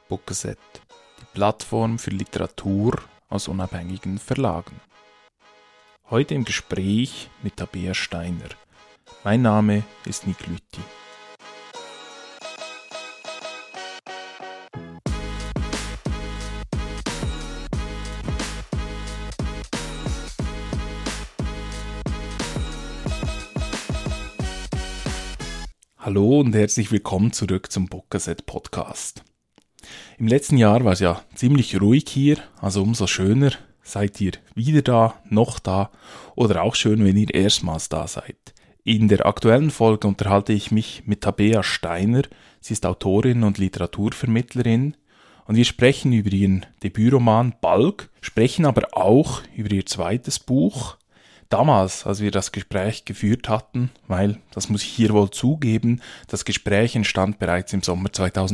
Bookasset, die Plattform für Literatur aus unabhängigen Verlagen. Heute im Gespräch mit Tabea Steiner. Mein Name ist Nick Lüthi. Hallo und herzlich willkommen zurück zum Bookasset Podcast. Im letzten Jahr war es ja ziemlich ruhig hier, also umso schöner seid ihr wieder da, noch da oder auch schön, wenn ihr erstmals da seid. In der aktuellen Folge unterhalte ich mich mit Tabea Steiner. Sie ist Autorin und Literaturvermittlerin und wir sprechen über ihren Debütroman Balk, sprechen aber auch über ihr zweites Buch. Damals, als wir das Gespräch geführt hatten, weil, das muss ich hier wohl zugeben, das Gespräch entstand bereits im Sommer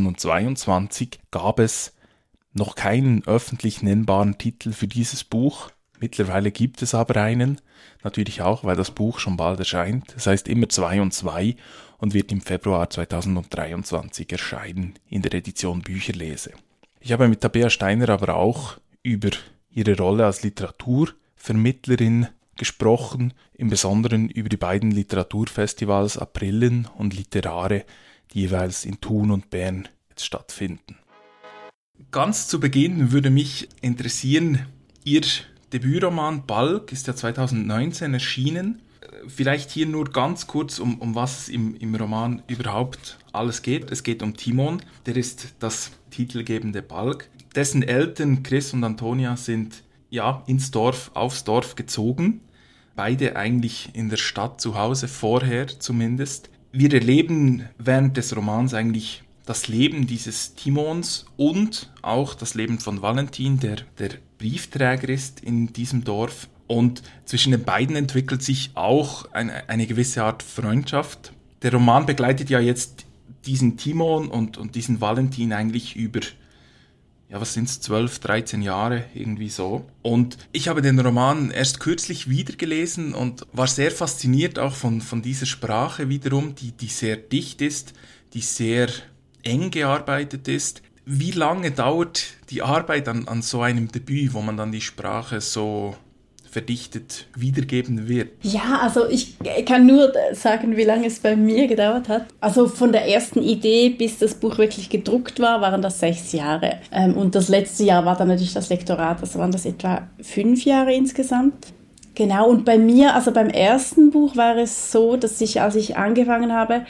2022, gab es noch keinen öffentlich nennbaren Titel für dieses Buch. Mittlerweile gibt es aber einen, natürlich auch, weil das Buch schon bald erscheint. Es heißt immer 2 und 2 und wird im Februar 2023 erscheinen in der Edition Bücherlese. Ich habe mit Tabea Steiner aber auch über ihre Rolle als Literaturvermittlerin gesprochen, im Besonderen über die beiden Literaturfestivals Aprillen und Literare, die jeweils in Thun und Bern jetzt stattfinden. Ganz zu Beginn würde mich interessieren, Ihr Debütroman Balk ist ja 2019 erschienen. Vielleicht hier nur ganz kurz, um was es im Roman überhaupt alles geht. Es geht um Timon, der ist das titelgebende Balk. Dessen Eltern Chris und Antonia sind aufs Dorf gezogen. Beide eigentlich in der Stadt zu Hause, vorher zumindest. Wir erleben während des Romans eigentlich das Leben dieses Timons und auch das Leben von Valentin, der Briefträger ist in diesem Dorf. Und zwischen den beiden entwickelt sich auch eine gewisse Art Freundschaft. Der Roman begleitet ja jetzt diesen Timon und diesen Valentin eigentlich über 12, 13 Jahre, irgendwie so. Und ich habe den Roman erst kürzlich wieder gelesen und war sehr fasziniert auch von dieser Sprache wiederum, die sehr dicht ist, die sehr eng gearbeitet ist. Wie lange dauert die Arbeit an so einem Debüt, wo man dann die Sprache so verdichtet wiedergeben wird? Ja, also ich kann nur sagen, wie lange es bei mir gedauert hat. Also von der ersten Idee bis das Buch wirklich gedruckt war, waren das 6 Jahre. Und das letzte Jahr war dann natürlich das Lektorat, also waren das etwa 5 Jahre insgesamt. Genau, und bei mir, also beim ersten Buch war es so, dass als ich angefangen habe,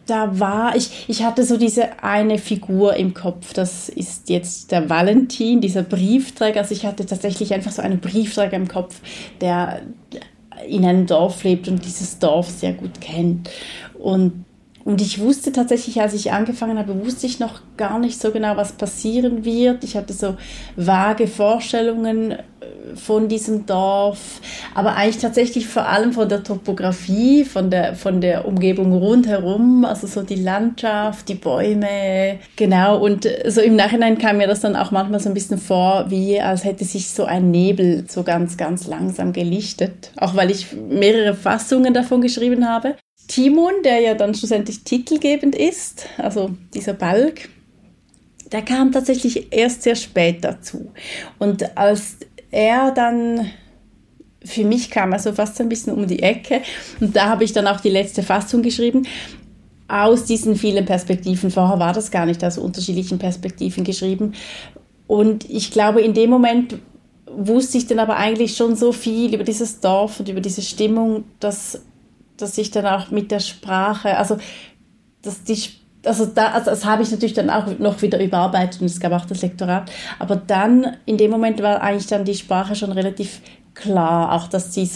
ich hatte so diese eine Figur im Kopf, das ist jetzt der Valentin, dieser Briefträger. Also ich hatte tatsächlich einfach so einen Briefträger im Kopf, der in einem Dorf lebt und dieses Dorf sehr gut kennt. Und ich wusste tatsächlich, als ich angefangen habe, wusste ich noch gar nicht so genau, was passieren wird. Ich hatte so vage Vorstellungen von diesem Dorf, aber eigentlich tatsächlich vor allem von der Topografie, von der Umgebung rundherum, also so die Landschaft, die Bäume, genau. Und so im Nachhinein kam mir das dann auch manchmal so ein bisschen vor, wie als hätte sich so ein Nebel so ganz, ganz langsam gelichtet, auch weil ich mehrere Fassungen davon geschrieben habe. Timon, der ja dann schlussendlich titelgebend ist, also dieser Balk, der kam tatsächlich erst sehr spät dazu. Und als er dann für mich kam, also fast ein bisschen um die Ecke, und da habe ich dann auch die letzte Fassung geschrieben, aus diesen vielen Perspektiven. Vorher war das gar nicht, also unterschiedlichen Perspektiven geschrieben. Und ich glaube, in dem Moment wusste ich dann aber eigentlich schon so viel über dieses Dorf und über diese Stimmung, dass ich dann auch mit der Sprache, das habe ich natürlich dann auch noch wieder überarbeitet und es gab auch das Lektorat, aber dann, in dem Moment war eigentlich dann die Sprache schon relativ klar, auch dass die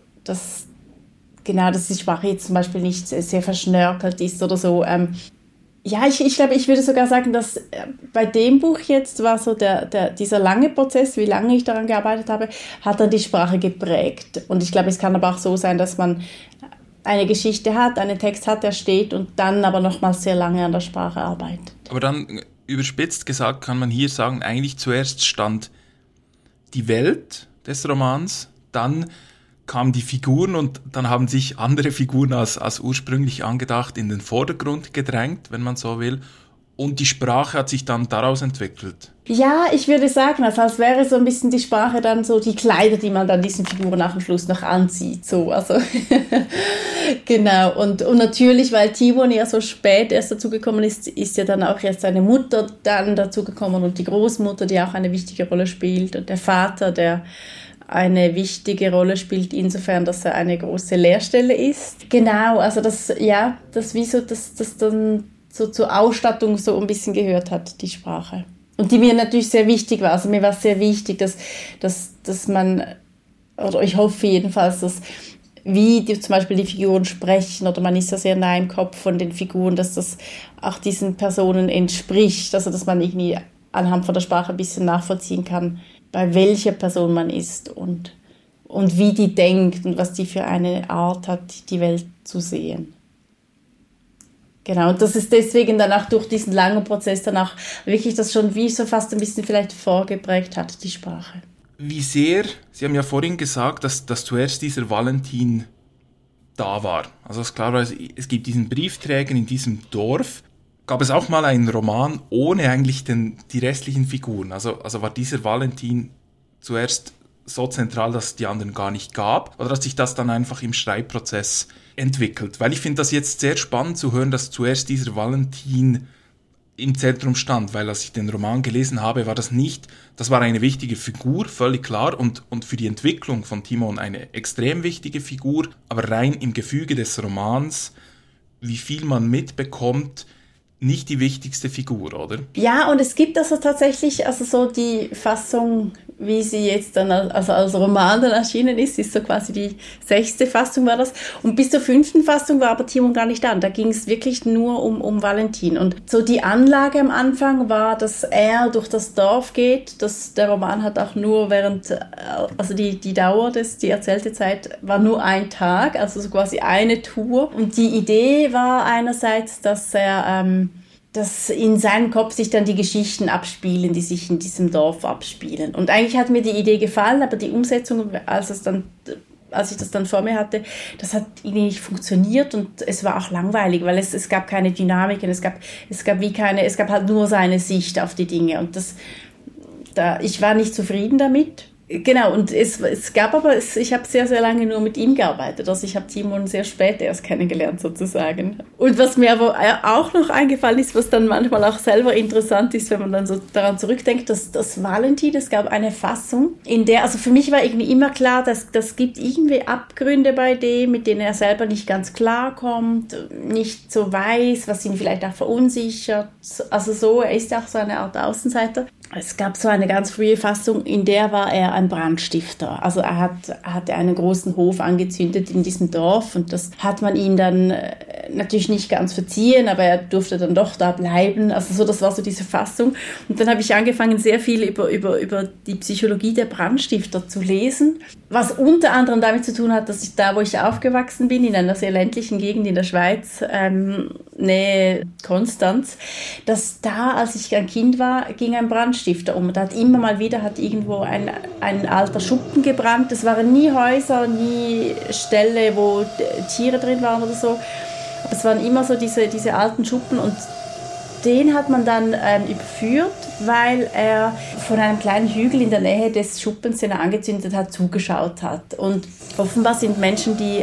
Sprache jetzt zum Beispiel nicht sehr verschnörkelt ist oder so. Ich glaube, ich würde sogar sagen, dass bei dem Buch jetzt war so dieser lange Prozess, wie lange ich daran gearbeitet habe, hat dann die Sprache geprägt. Und ich glaube, es kann aber auch so sein, dass man eine Geschichte hat, einen Text hat, der steht und dann aber nochmals sehr lange an der Sprache arbeitet. Aber dann, überspitzt gesagt, kann man hier sagen, eigentlich zuerst stand die Welt des Romans, dann kamen die Figuren und dann haben sich andere Figuren als ursprünglich angedacht in den Vordergrund gedrängt, wenn man so will. und die Sprache hat sich dann daraus entwickelt. Ja, ich würde sagen, also als wäre so ein bisschen die Sprache dann so die Kleider, die man dann diesen Figuren nach dem Schluss noch anzieht, so, also genau, und natürlich, weil Timon ja so spät erst dazugekommen ist, ist ja dann auch erst seine Mutter dann dazugekommen und die Großmutter, die auch eine wichtige Rolle spielt und der Vater, der eine wichtige Rolle spielt, insofern, dass er eine große Lehrstelle ist. Genau, also das wie so, das dann so zur Ausstattung so ein bisschen gehört hat, die Sprache. Und die mir natürlich sehr wichtig war. Also mir war es sehr wichtig, dass man, oder ich hoffe jedenfalls, dass wie zum Beispiel die Figuren sprechen, oder man ist ja sehr nah im Kopf von den Figuren, dass das auch diesen Personen entspricht, also dass man irgendwie anhand von der Sprache ein bisschen nachvollziehen kann, bei welcher Person man ist und wie die denkt und was die für eine Art hat, die Welt zu sehen. Genau, und das ist deswegen dann auch durch diesen langen Prozess dann auch wirklich das schon wie so fast ein bisschen vielleicht vorgeprägt hat, die Sprache. Wie sehr, Sie haben ja vorhin gesagt, dass zuerst dieser Valentin da war. Also es klar war, es gibt diesen Briefträger in diesem Dorf. Gab es auch mal einen Roman ohne eigentlich die restlichen Figuren? Also war dieser Valentin zuerst so zentral, dass es die anderen gar nicht gab? Oder hat sich das dann einfach im Schreibprozess entwickelt? Weil ich finde das jetzt sehr spannend zu hören, dass zuerst dieser Valentin im Zentrum stand, weil als ich den Roman gelesen habe, das war eine wichtige Figur, völlig klar, und für die Entwicklung von Timon eine extrem wichtige Figur, aber rein im Gefüge des Romans, wie viel man mitbekommt, nicht die wichtigste Figur, oder? Ja, und es gibt also tatsächlich, also so die Fassung, wie sie jetzt dann als Roman dann erschienen ist so quasi die 6. Fassung war das. Und bis zur 5. Fassung war aber Timon gar nicht an. Da ging es wirklich nur um Valentin. Und so die Anlage am Anfang war, dass er durch das Dorf geht. Der Roman hat auch nur also die Dauer die erzählte Zeit war nur ein Tag, also so quasi eine Tour. Und die Idee war einerseits, dass dass in seinem Kopf sich dann die Geschichten abspielen, die sich in diesem Dorf abspielen. Und eigentlich hat mir die Idee gefallen, aber die Umsetzung, als ich das dann vor mir hatte, das hat irgendwie nicht funktioniert und es war auch langweilig, weil es gab keine Dynamiken, es gab halt nur seine Sicht auf die Dinge und ich war nicht zufrieden damit. Genau, und es gab aber, ich habe sehr, sehr lange nur mit ihm gearbeitet. Also ich habe Timon sehr spät erst kennengelernt sozusagen. Und was mir aber auch noch eingefallen ist, was dann manchmal auch selber interessant ist, wenn man dann so daran zurückdenkt, dass das Valentin, es gab eine Fassung, in der, also für mich war irgendwie immer klar, dass das gibt irgendwie Abgründe bei dem, mit denen er selber nicht ganz klarkommt, nicht so weiß, was ihn vielleicht auch verunsichert. Also so, er ist auch so eine Art Außenseiter. Es gab so eine ganz frühe Fassung, in der war er ein Brandstifter. Also er hatte einen großen Hof angezündet in diesem Dorf und das hat man ihm dann natürlich nicht ganz verziehen, aber er durfte dann doch da bleiben. Also so, das war so diese Fassung. Und dann habe ich angefangen, sehr viel über die Psychologie der Brandstifter zu lesen, was unter anderem damit zu tun hat, dass ich da, wo ich aufgewachsen bin, in einer sehr ländlichen Gegend in der Schweiz, Nähe Konstanz, dass da, als ich ein Kind war, ging ein Brandstifter um. Da hat immer mal wieder irgendwo ein alter Schuppen gebrannt. Es waren nie Häuser, nie Ställe, wo Tiere drin waren oder so. Aber es waren immer so diese alten Schuppen und den hat man dann überführt, weil er von einem kleinen Hügel in der Nähe des Schuppens, den er angezündet hat, zugeschaut hat. Und offenbar sind Menschen, die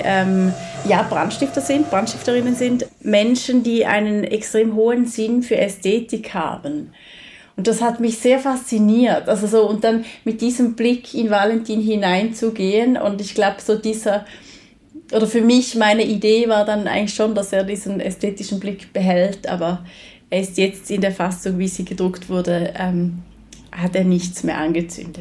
Brandstifterinnen sind, Menschen, die einen extrem hohen Sinn für Ästhetik haben. Und das hat mich sehr fasziniert. Also so, und dann mit diesem Blick in Valentin hineinzugehen. Und ich glaube, für mich, meine Idee war dann eigentlich schon, dass er diesen ästhetischen Blick behält, aber er ist jetzt in der Fassung, wie sie gedruckt wurde, hat er nichts mehr angezündet.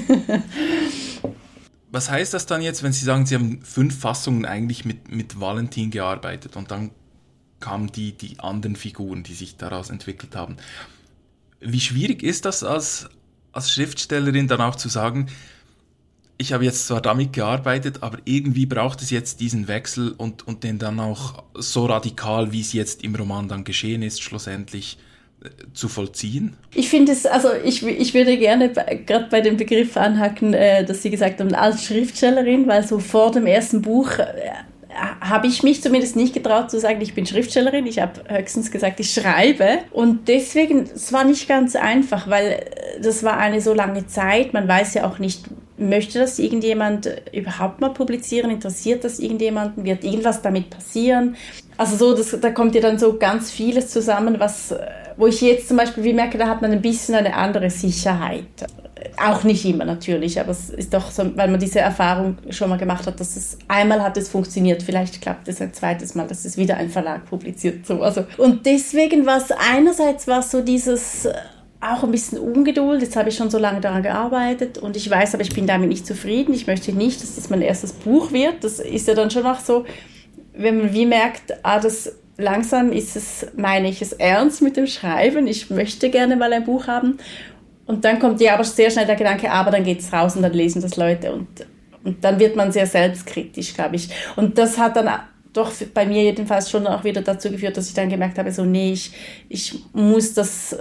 Was heißt das dann jetzt, wenn Sie sagen, Sie haben 5 Fassungen eigentlich mit Valentin gearbeitet und dann kamen die anderen Figuren, die sich daraus entwickelt haben? Wie schwierig ist das als Schriftstellerin dann auch zu sagen, ich habe jetzt zwar damit gearbeitet, aber irgendwie braucht es jetzt diesen Wechsel und den dann auch so radikal, wie es jetzt im Roman dann geschehen ist, schlussendlich zu vollziehen? Ich finde es, also ich würde gerne gerade bei dem Begriff anhaken, dass Sie gesagt haben, als Schriftstellerin, weil so vor dem ersten Buch habe ich mich zumindest nicht getraut zu sagen, ich bin Schriftstellerin. Ich habe höchstens gesagt, ich schreibe. Und deswegen, es war nicht ganz einfach, weil das war eine so lange Zeit. Man weiß ja auch nicht, möchte das irgendjemand überhaupt mal publizieren? Interessiert das irgendjemanden? Wird irgendwas damit passieren? Also so, da kommt ja dann so ganz vieles zusammen, wo ich jetzt zum Beispiel wie merke, da hat man ein bisschen eine andere Sicherheit. Auch nicht immer natürlich, aber es ist doch so, weil man diese Erfahrung schon mal gemacht hat, dass es einmal hat es funktioniert, vielleicht klappt es ein zweites Mal, dass es wieder ein Verlag publiziert. So. Also, und deswegen war es einerseits so dieses auch ein bisschen Ungeduld, jetzt habe ich schon so lange daran gearbeitet und ich weiß, aber ich bin damit nicht zufrieden, ich möchte nicht, dass das mein erstes Buch wird. Das ist ja dann schon auch so, wenn man wie merkt, das langsam meine ich es ernst mit dem Schreiben, ich möchte gerne mal ein Buch haben. Und dann kommt ja aber sehr schnell der Gedanke, aber dann geht es raus und dann lesen das Leute und dann wird man sehr selbstkritisch, glaube ich. Und das hat dann doch bei mir jedenfalls schon auch wieder dazu geführt, dass ich dann gemerkt habe, so nee, ich muss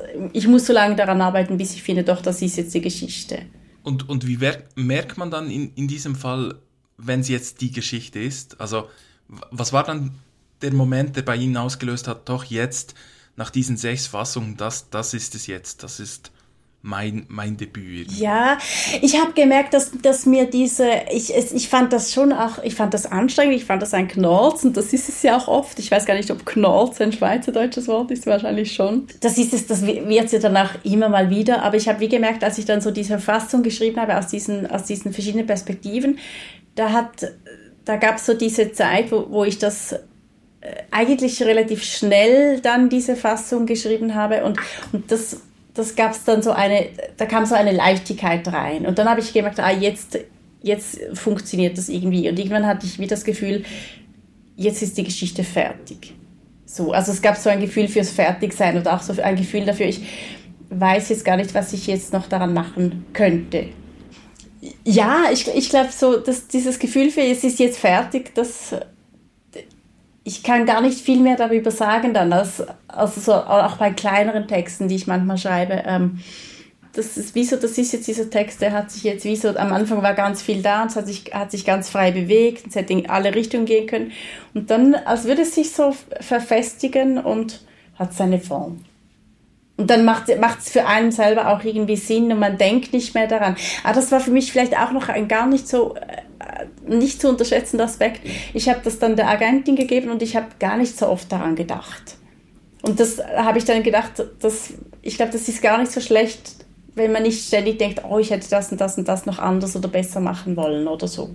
so lange daran arbeiten, bis ich finde, doch, das ist jetzt die Geschichte. Und wie merkt man dann in diesem Fall, wenn es jetzt die Geschichte ist? Also was war dann der Moment, der bei Ihnen ausgelöst hat, doch jetzt, nach diesen 6 Fassungen, das ist es jetzt, das ist mein Debüt. Ja, ich habe gemerkt, dass mir ich fand das schon auch, ich fand das anstrengend, ich fand das ein Knorz und das ist es ja auch oft. Ich weiß gar nicht, ob Knorz ein schweizerdeutsches Wort ist, wahrscheinlich schon. Das wird es ja danach immer mal wieder, aber ich habe wie gemerkt, als ich dann so diese Fassung geschrieben habe aus diesen verschiedenen Perspektiven, da gab es so diese Zeit, wo ich das eigentlich relativ schnell dann diese Fassung geschrieben habe und das gab's dann da kam so eine Leichtigkeit rein. Und dann habe ich gemerkt, jetzt funktioniert das irgendwie. Und irgendwann hatte ich wie das Gefühl, jetzt ist die Geschichte fertig. So, also es gab so ein Gefühl fürs Fertigsein und auch so ein Gefühl dafür, ich weiß jetzt gar nicht, was ich jetzt noch daran machen könnte. Ja, ich glaube so, dass dieses Gefühl für, es ist jetzt fertig, ich kann gar nicht viel mehr darüber sagen dann, also so, auch bei kleineren Texten, die ich manchmal schreibe. Das ist jetzt dieser Text, der hat sich jetzt am Anfang war ganz viel da und es hat sich ganz frei bewegt, es hätte in alle Richtungen gehen können. Und dann, als würde es sich so verfestigen und hat seine Form. Und dann macht es für einen selber auch irgendwie Sinn und man denkt nicht mehr daran. Aber das war für mich vielleicht auch noch ein gar nicht so nicht zu unterschätzender Aspekt. Ich habe das dann der Agentin gegeben und ich habe gar nicht so oft daran gedacht. Und das habe ich dann gedacht, ich glaube, das ist gar nicht so schlecht, wenn man nicht ständig denkt, ich hätte das und das und das noch anders oder besser machen wollen oder so.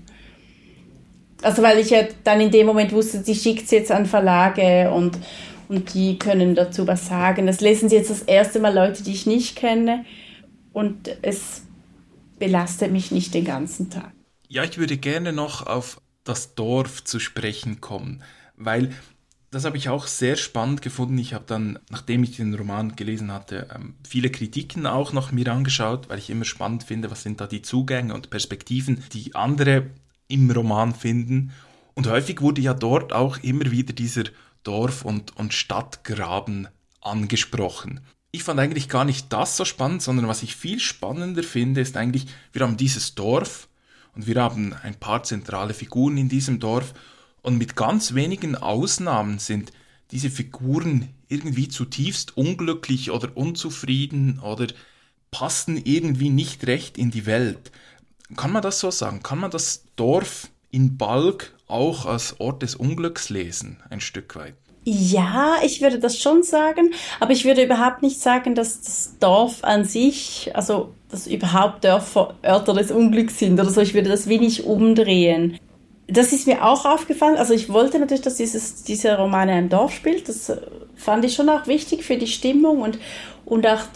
Also weil ich ja dann in dem Moment wusste, sie schickt es jetzt an Verlage und die können dazu was sagen. Das lesen sie jetzt das erste Mal Leute, die ich nicht kenne und es belastet mich nicht den ganzen Tag. Ja, ich würde gerne noch auf das Dorf zu sprechen kommen, weil das habe ich auch sehr spannend gefunden. Ich habe dann, nachdem ich den Roman gelesen hatte, viele Kritiken auch noch mir angeschaut, weil ich immer spannend finde, was sind da die Zugänge und Perspektiven, die andere im Roman finden. Und häufig wurde ja dort auch immer wieder dieser Dorf- und Stadtgraben angesprochen. Ich fand eigentlich gar nicht das so spannend, sondern was ich viel spannender finde, ist eigentlich, wir haben dieses Dorf, und wir haben ein paar zentrale Figuren in diesem Dorf und mit ganz wenigen Ausnahmen sind diese Figuren irgendwie zutiefst unglücklich oder unzufrieden oder passen irgendwie nicht recht in die Welt. Kann man das so sagen? Kann man das Dorf in Balk auch als Ort des Unglücks lesen, ein Stück weit? Ja, ich würde das schon sagen, aber ich würde überhaupt nicht sagen, dass das Dorf an sich, also dass überhaupt Dörfer Örter des Unglücks sind oder so. Ich würde das wenig umdrehen. Das ist mir auch aufgefallen. Also ich wollte natürlich, dass dieser Roman in einem Dorf spielt. Das fand ich schon auch wichtig für die Stimmung und auch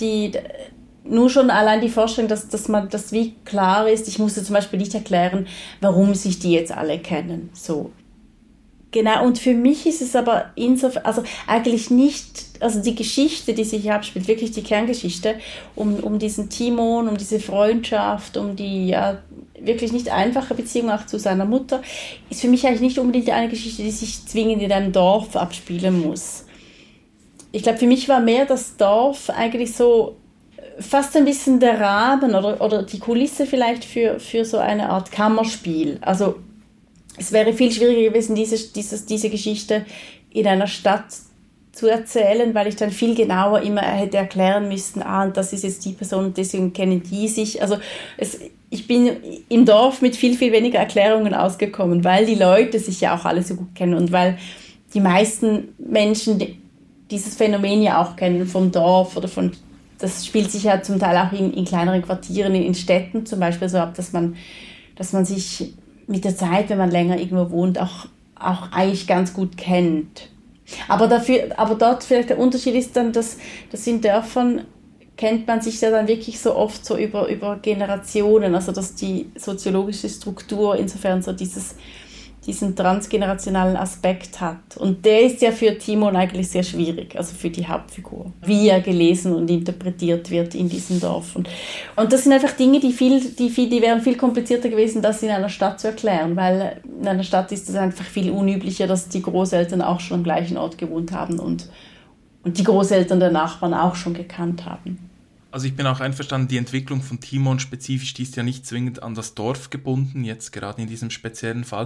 nur schon allein die Vorstellung, dass man das wie klar ist. Ich musste zum Beispiel nicht erklären, warum sich die jetzt alle kennen. So. Genau, und für mich ist es aber insofern, also eigentlich nicht, also die Geschichte, die sich hier abspielt, wirklich die Kerngeschichte, um diesen Timon, um diese Freundschaft, um die ja wirklich nicht einfache Beziehung auch zu seiner Mutter, ist für mich eigentlich nicht unbedingt eine Geschichte, die sich zwingend in einem Dorf abspielen muss. Ich glaube, für mich war mehr das Dorf eigentlich so fast ein bisschen der Rahmen oder die Kulisse vielleicht für so eine Art Kammerspiel. Also es wäre viel schwieriger gewesen, diese Geschichte in einer Stadt zu erzählen, weil ich dann viel genauer immer hätte erklären müssen, und das ist jetzt die Person und deswegen kennen die sich. Also ich bin im Dorf mit viel, viel weniger Erklärungen ausgekommen, weil die Leute sich ja auch alle so gut kennen und weil die meisten Menschen dieses Phänomen ja auch kennen vom Dorf oder das spielt sich ja zum Teil auch in kleineren Quartieren, in Städten zum Beispiel so ab, dass man sich mit der Zeit, wenn man länger irgendwo wohnt, auch eigentlich ganz gut kennt. Aber dort vielleicht der Unterschied ist dann, dass in Dörfern kennt man sich ja dann wirklich so oft so über Generationen, also dass die soziologische Struktur insofern so diesen transgenerationalen Aspekt hat. Und der ist ja für Timon eigentlich sehr schwierig, also für die Hauptfigur, wie er gelesen und interpretiert wird in diesem Dorf. Und das sind einfach Dinge, die wären viel komplizierter gewesen, das in einer Stadt zu erklären, weil in einer Stadt ist es einfach viel unüblicher, dass die Großeltern auch schon am gleichen Ort gewohnt haben und die Großeltern der Nachbarn auch schon gekannt haben. Also ich bin auch einverstanden, die Entwicklung von Timon spezifisch, die ist ja nicht zwingend an das Dorf gebunden, jetzt gerade in diesem speziellen Fall.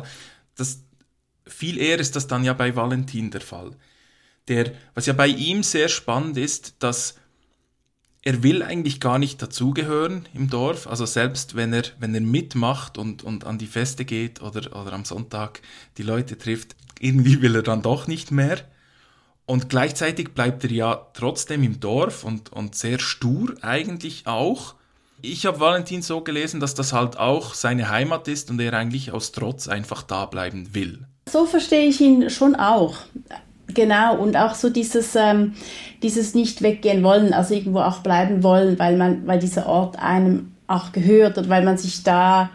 Viel eher ist das dann ja bei Valentin der Fall. Was ja bei ihm sehr spannend ist, dass er will eigentlich gar nicht dazugehören im Dorf, also selbst wenn er mitmacht und an die Feste geht oder am Sonntag die Leute trifft, irgendwie will er dann doch nicht mehr. Und gleichzeitig bleibt er ja trotzdem im Dorf und sehr stur eigentlich auch. Ich habe Valentin so gelesen, dass das halt auch seine Heimat ist und er eigentlich aus Trotz einfach da bleiben will. So verstehe ich ihn schon auch. Genau, und auch so dieses nicht weggehen wollen, also irgendwo auch bleiben wollen, weil dieser Ort einem auch gehört und weil man sich da,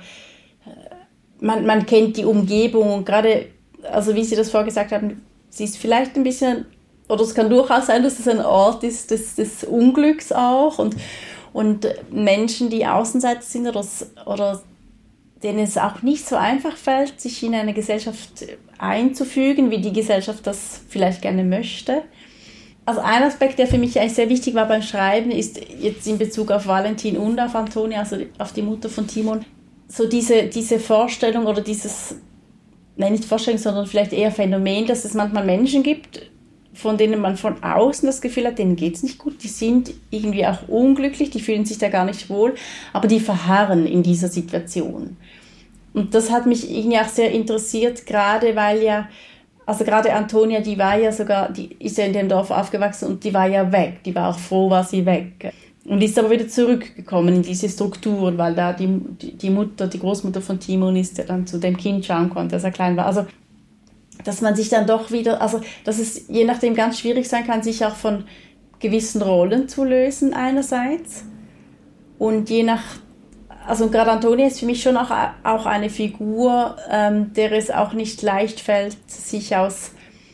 man kennt die Umgebung und gerade, also wie Sie das vorgesagt haben, sie ist vielleicht ein bisschen, oder es kann durchaus sein, dass es ein Ort ist des Unglücks auch und Menschen, die Außenseiter sind oder denen es auch nicht so einfach fällt, sich in eine Gesellschaft einzufügen, wie die Gesellschaft das vielleicht gerne möchte. Also ein Aspekt, der für mich eigentlich sehr wichtig war beim Schreiben, ist jetzt in Bezug auf Valentin und auf Antonia, also auf die Mutter von Timon, so diese Vorstellung oder nicht Vorstellung, sondern vielleicht eher Phänomen, dass es manchmal Menschen gibt, von denen man von außen das Gefühl hat, denen geht es nicht gut, die sind irgendwie auch unglücklich, die fühlen sich da gar nicht wohl, aber die verharren in dieser Situation. Und das hat mich irgendwie auch sehr interessiert, gerade weil ja, also gerade Antonia, die ist ja in dem Dorf aufgewachsen und die war ja weg, die war auch froh, war sie weg. Und ist aber wieder zurückgekommen in diese Strukturen, weil da die Mutter, die Großmutter von Timon ist, der dann zu dem Kind schauen konnte, als er klein war. Also dass man sich dann doch wieder, also dass es je nachdem ganz schwierig sein kann, sich auch von gewissen Rollen zu lösen einerseits und also gerade Antonia ist für mich schon auch eine Figur, der es auch nicht leicht fällt, sich auch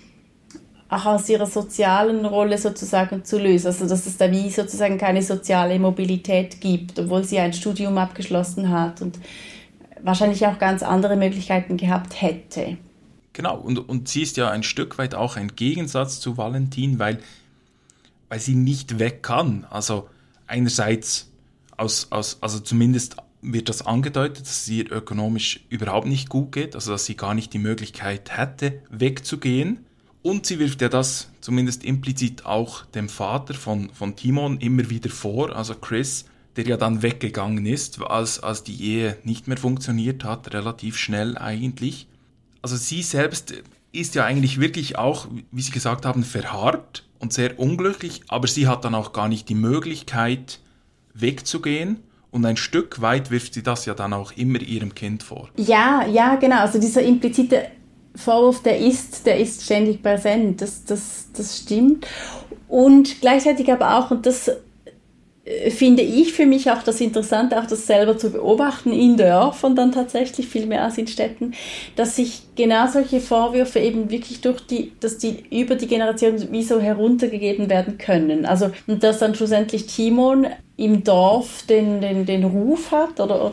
aus ihrer sozialen Rolle sozusagen zu lösen, also dass es da wie sozusagen keine soziale Mobilität gibt, obwohl sie ein Studium abgeschlossen hat und wahrscheinlich auch ganz andere Möglichkeiten gehabt hätte. Genau, und sie ist ja ein Stück weit auch ein Gegensatz zu Valentin, weil sie nicht weg kann. Also einerseits, also zumindest wird das angedeutet, dass es ihr ökonomisch überhaupt nicht gut geht, also dass sie gar nicht die Möglichkeit hätte, wegzugehen. Und sie wirft ja das zumindest implizit auch dem Vater von Timon immer wieder vor, also Chris, der ja dann weggegangen ist, als die Ehe nicht mehr funktioniert hat, relativ schnell eigentlich. Also sie selbst ist ja eigentlich wirklich auch, wie Sie gesagt haben, verharrt und sehr unglücklich, aber sie hat dann auch gar nicht die Möglichkeit, wegzugehen. Und ein Stück weit wirft sie das ja dann auch immer ihrem Kind vor. Ja, genau. Also dieser implizite Vorwurf, der ist ständig präsent. Das stimmt. Und gleichzeitig aber auch, und das finde ich für mich auch das Interessante, auch das selber zu beobachten in Dörfern dann tatsächlich, viel mehr als in Städten, dass sich genau solche Vorwürfe eben wirklich dass die über die Generation wie so heruntergegeben werden können. Also, und dass dann schlussendlich Timon im Dorf den Ruf hat oder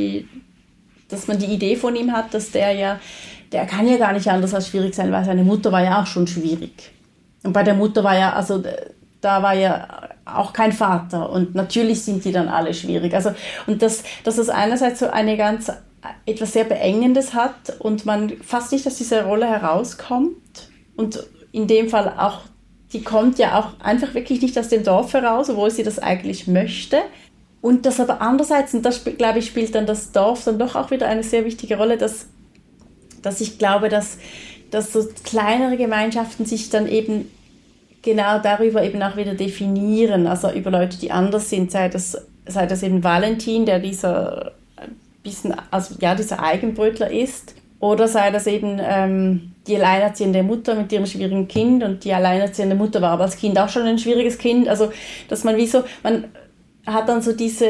dass man die Idee von ihm hat, dass der kann ja gar nicht anders als schwierig sein, weil seine Mutter war ja auch schon schwierig. Und bei der Mutter da war ja auch kein Vater und natürlich sind die dann alle schwierig. Also, und dass es einerseits so eine ganz etwas sehr Beengendes hat und man fast nicht aus dieser Rolle herauskommt. Und in dem Fall auch, die kommt ja auch einfach wirklich nicht aus dem Dorf heraus, obwohl sie das eigentlich möchte. Und das aber andererseits, und das, glaube ich, spielt dann das Dorf dann doch auch wieder eine sehr wichtige Rolle, dass ich glaube, dass so kleinere Gemeinschaften sich dann eben genau darüber eben auch wieder definieren, also über Leute, die anders sind, sei das eben Valentin, der dieser Eigenbrötler ist, oder sei das eben die alleinerziehende Mutter mit ihrem schwierigen Kind, und die alleinerziehende Mutter war aber als Kind auch schon ein schwieriges Kind, also dass man man hat dann so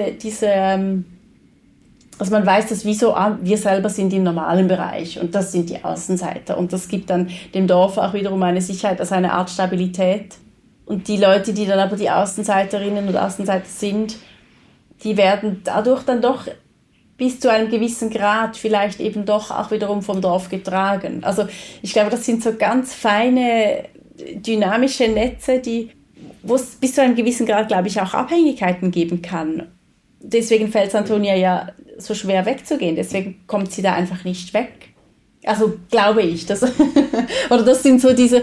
also man weiß, dass wir selber sind im normalen Bereich und das sind die Außenseiter und das gibt dann dem Dorf auch wiederum eine Sicherheit, also eine Art Stabilität. Und die Leute, die dann aber die Außenseiterinnen und Außenseiter sind, die werden dadurch dann doch bis zu einem gewissen Grad vielleicht eben doch auch wiederum vom Dorf getragen. Also ich glaube, das sind so ganz feine, dynamische Netze, wo es bis zu einem gewissen Grad, glaube ich, auch Abhängigkeiten geben kann. Deswegen fällt es Antonia ja so schwer wegzugehen, deswegen kommt sie da einfach nicht weg. Also glaube ich, oder das sind so diese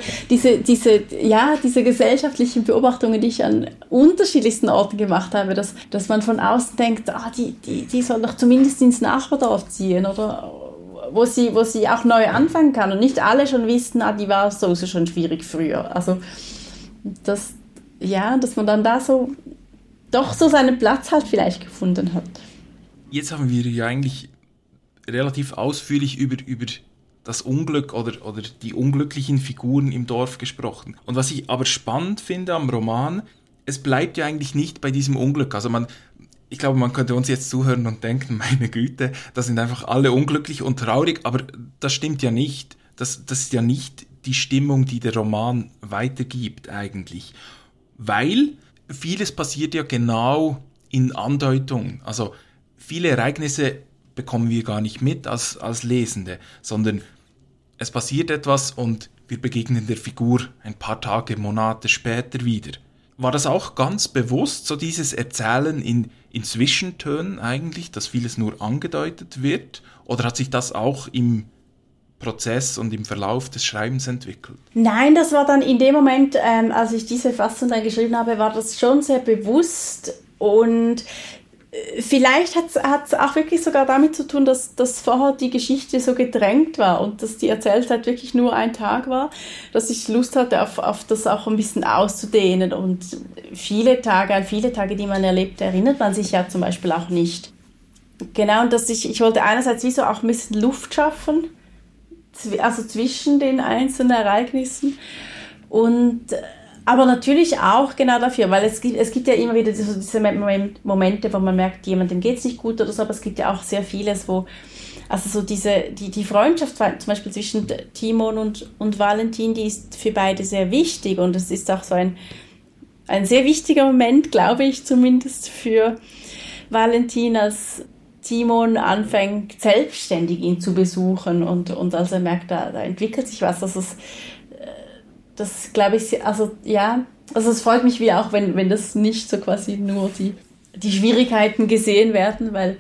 gesellschaftlichen Beobachtungen, die ich an unterschiedlichsten Orten gemacht habe, dass man von außen denkt, die soll doch zumindest ins Nachbardorf ziehen oder wo sie auch neu anfangen kann und nicht alle schon wissen, die war so schon schwierig früher. Also dass man dann da so doch so seinen Platz halt vielleicht gefunden hat. Jetzt haben wir ja eigentlich relativ ausführlich über das Unglück oder die unglücklichen Figuren im Dorf gesprochen. Und was ich aber spannend finde am Roman, es bleibt ja eigentlich nicht bei diesem Unglück. Also ich glaube, man könnte uns jetzt zuhören und denken, meine Güte, da sind einfach alle unglücklich und traurig, aber das stimmt ja nicht. Das ist ja nicht die Stimmung, die der Roman weitergibt eigentlich. Weil vieles passiert ja genau in Andeutung. Also viele Ereignisse bekommen wir gar nicht mit als Lesende, sondern es passiert etwas und wir begegnen der Figur ein paar Tage, Monate später wieder. War das auch ganz bewusst, so dieses Erzählen in Zwischentönen eigentlich, dass vieles nur angedeutet wird? Oder hat sich das auch im Prozess und im Verlauf des Schreibens entwickelt? Nein, das war dann in dem Moment, als ich diese Fassung dann geschrieben habe, war das schon sehr bewusst und vielleicht hat es auch wirklich sogar damit zu tun, dass vorher die Geschichte so gedrängt war und dass die Erzählzeit wirklich nur ein Tag war, dass ich Lust hatte, auf das auch ein bisschen auszudehnen. Und viele Tage, die man erlebt, erinnert man sich ja zum Beispiel auch nicht. Genau, und ich wollte einerseits wie so auch ein bisschen Luft schaffen, also zwischen den einzelnen Ereignissen aber natürlich auch genau dafür, weil es gibt ja immer wieder diese Momente, wo man merkt, jemandem geht es nicht gut oder so, aber es gibt ja auch sehr vieles, also so die Freundschaft zum Beispiel zwischen Timon und Valentin, die ist für beide sehr wichtig und es ist auch so ein sehr wichtiger Moment, glaube ich zumindest, für Valentin, als Timon anfängt, selbstständig ihn zu besuchen und als er merkt, da entwickelt sich was, das glaube ich, also es freut mich wie auch, wenn das nicht so quasi nur die Schwierigkeiten gesehen werden, weil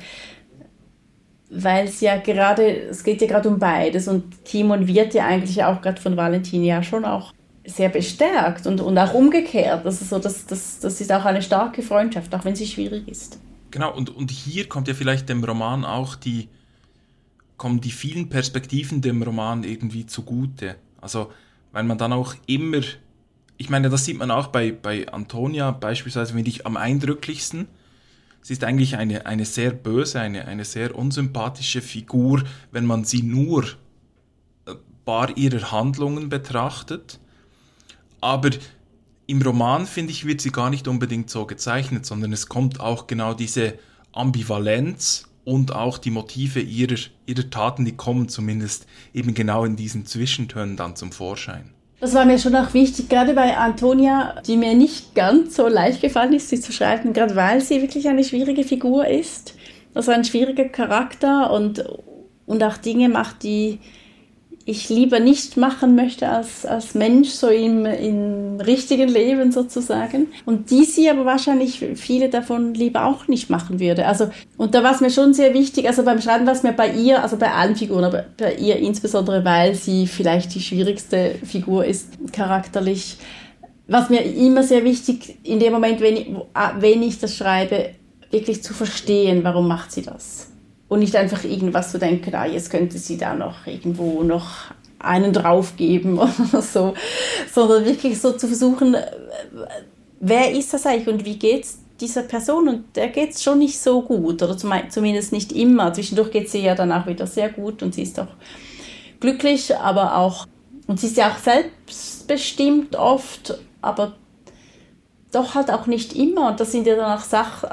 es geht ja gerade um beides und Timon wird ja eigentlich auch gerade von Valentin ja schon auch sehr bestärkt und auch umgekehrt, also so, das ist auch eine starke Freundschaft, auch wenn sie schwierig ist. Genau, und hier kommt ja vielleicht dem Roman auch kommen die vielen Perspektiven dem Roman irgendwie zugute, also weil man dann auch immer, ich meine, das sieht man auch bei Antonia beispielsweise, finde ich, am eindrücklichsten. Sie ist eigentlich eine sehr böse, eine sehr unsympathische Figur, wenn man sie nur bar ihrer Handlungen betrachtet. Aber im Roman, finde ich, wird sie gar nicht unbedingt so gezeichnet, sondern es kommt auch genau diese Ambivalenz und auch die Motive ihrer Taten, die kommen zumindest eben genau in diesen Zwischentönen dann zum Vorschein. Das war mir schon auch wichtig, gerade bei Antonia, die mir nicht ganz so leicht gefallen ist, sie zu schreiben, gerade weil sie wirklich eine schwierige Figur ist, also ein schwieriger Charakter und auch Dinge macht, die ich lieber nicht machen möchte als Mensch, so im richtigen Leben sozusagen. Und die sie aber wahrscheinlich viele davon lieber auch nicht machen würde. Also, und da war es mir schon sehr wichtig, also beim Schreiben war es mir bei ihr, also bei allen Figuren, aber bei ihr insbesondere, weil sie vielleicht die schwierigste Figur ist, charakterlich, was mir immer sehr wichtig in dem Moment, wenn ich das schreibe, wirklich zu verstehen, warum macht sie das. Und nicht einfach irgendwas zu denken, jetzt könnte sie da noch irgendwo noch einen draufgeben oder so, sondern wirklich so zu versuchen, wer ist das eigentlich und wie geht's dieser Person? Und der geht's schon nicht so gut oder zumindest nicht immer. Zwischendurch geht sie ja dann auch wieder sehr gut und sie ist auch glücklich, aber auch, und sie ist ja auch selbstbestimmt oft, aber doch halt auch nicht immer. Und das sind ja dann auch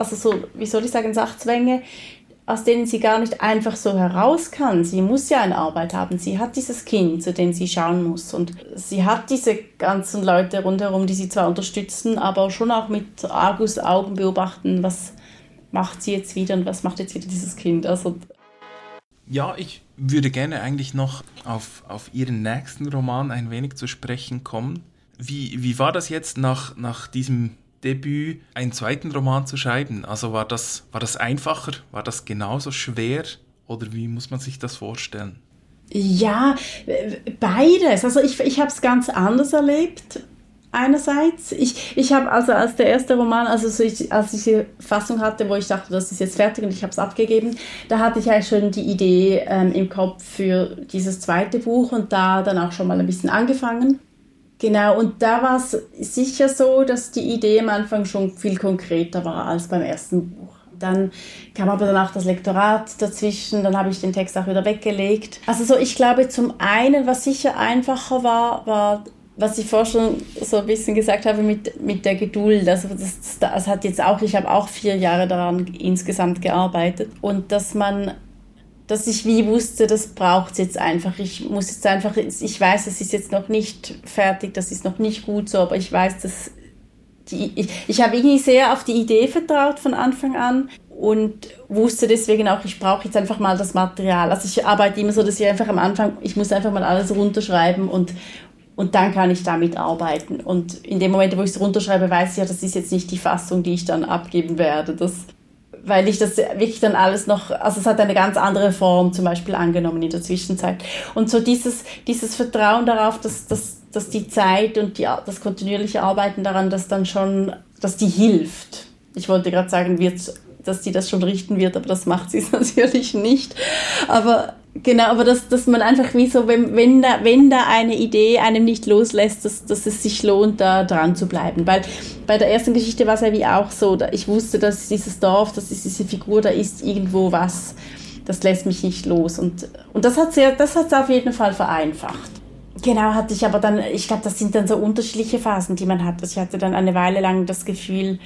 Sachzwänge, aus denen sie gar nicht einfach so heraus kann. Sie muss ja eine Arbeit haben. Sie hat dieses Kind, zu dem sie schauen muss. Und sie hat diese ganzen Leute rundherum, die sie zwar unterstützen, aber schon auch mit Argusaugen beobachten, was macht sie jetzt wieder und was macht jetzt wieder dieses Kind. Also ja, ich würde gerne eigentlich noch auf Ihren nächsten Roman ein wenig zu sprechen kommen. Wie war das jetzt nach diesem Debüt einen zweiten Roman zu schreiben? Also war das einfacher? War das genauso schwer? Oder wie muss man sich das vorstellen? Ja, beides. Also ich habe es ganz anders erlebt. Einerseits, ich habe also als der erste Roman, als ich die Fassung hatte, wo ich dachte, das ist jetzt fertig und ich habe es abgegeben, da hatte ich eigentlich schon die Idee im Kopf für dieses zweite Buch und da dann auch schon mal ein bisschen angefangen. Genau, und da war es sicher so, dass die Idee am Anfang schon viel konkreter war als beim ersten Buch. Dann kam aber danach das Lektorat dazwischen, dann habe ich den Text auch wieder weggelegt. Also so, ich glaube zum einen, was sicher einfacher war, was ich vorher schon so ein bisschen gesagt habe mit der Geduld. Also das hat jetzt auch, ich habe auch 4 Jahre daran insgesamt gearbeitet und dass ich wie wusste, das braucht es jetzt einfach. Ich weiß, es ist jetzt noch nicht fertig, das ist noch nicht gut so, aber ich weiß, dass ich habe irgendwie sehr auf die Idee vertraut von Anfang an und wusste deswegen auch, ich brauche jetzt einfach mal das Material. Also ich arbeite immer so, dass ich einfach am Anfang, ich muss einfach mal alles runterschreiben und dann kann ich damit arbeiten. Und in dem Moment, wo ich es runterschreibe, weiß ich ja, das ist jetzt nicht die Fassung, die ich dann abgeben werde. Weil ich das wirklich dann alles noch, also es hat eine ganz andere Form zum Beispiel angenommen in der Zwischenzeit. Und so dieses Vertrauen darauf, dass die Zeit und das kontinuierliche Arbeiten daran, dass die hilft. Ich wollte gerade sagen, dass die das schon richten wird, aber das macht sie natürlich nicht. Aber dass man einfach wie so, wenn da eine Idee einem nicht loslässt, dass es sich lohnt, da dran zu bleiben. Weil bei der ersten Geschichte war es ja wie auch so, ich wusste, dass dieses Dorf, das ist diese Figur, da ist irgendwo was, das lässt mich nicht los. Und das hat's auf jeden Fall vereinfacht. Genau, hatte ich aber dann, ich glaube, das sind dann so unterschiedliche Phasen, die man hat. Also ich hatte dann eine Weile lang das Gefühl,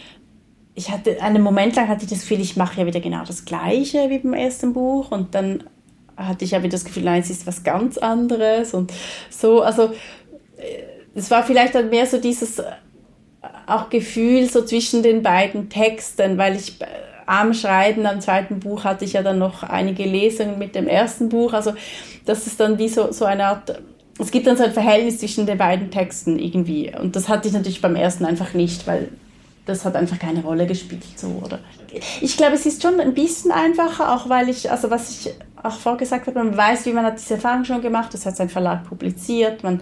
einen Moment lang hatte ich das Gefühl, ich mache ja wieder genau das Gleiche wie beim ersten Buch und dann hatte ich ja wieder das Gefühl, nein, es ist was ganz anderes und so, also es war vielleicht dann mehr so dieses auch Gefühl so zwischen den beiden Texten, weil ich am Schreiben am zweiten Buch hatte ich ja dann noch einige Lesungen mit dem ersten Buch, also das ist dann wie so eine Art, es gibt dann so ein Verhältnis zwischen den beiden Texten irgendwie und das hatte ich natürlich beim ersten einfach nicht, weil das hat einfach keine Rolle gespielt. So, oder? Ich glaube, es ist schon ein bisschen einfacher, auch weil was ich auch vorgesagt habe, man weiß, wie man hat diese Erfahrung schon gemacht, das hat sein Verlag publiziert, man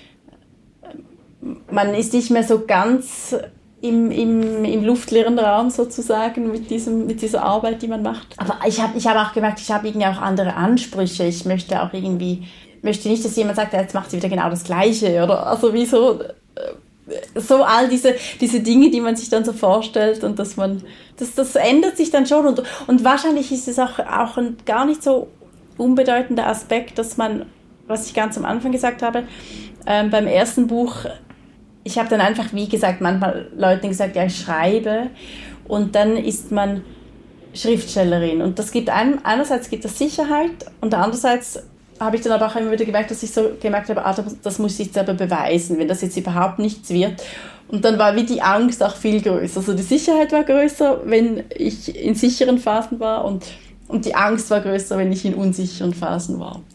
ist nicht mehr so ganz im luftleeren Raum sozusagen mit dieser Arbeit, die man macht. Aber ich habe auch gemerkt, ich habe irgendwie auch andere Ansprüche. Ich möchte nicht, dass jemand sagt, jetzt macht sie wieder genau das Gleiche, oder? Also wie so all diese Dinge, die man sich dann so vorstellt und das ändert sich dann schon und wahrscheinlich ist es auch ein gar nicht so unbedeutender Aspekt, dass man, was ich ganz am Anfang gesagt habe, beim ersten Buch, ich habe dann einfach, wie gesagt, manchmal Leuten gesagt, ja, ich schreibe und dann ist man Schriftstellerin und das gibt einerseits gibt das Sicherheit und andererseits habe ich dann aber auch immer wieder gemerkt, dass ich so gemerkt habe, das muss ich jetzt aber beweisen, wenn das jetzt überhaupt nichts wird. Und dann war wie die Angst auch viel größer. Also die Sicherheit war größer, wenn ich in sicheren Phasen war und die Angst war größer, wenn ich in unsicheren Phasen war.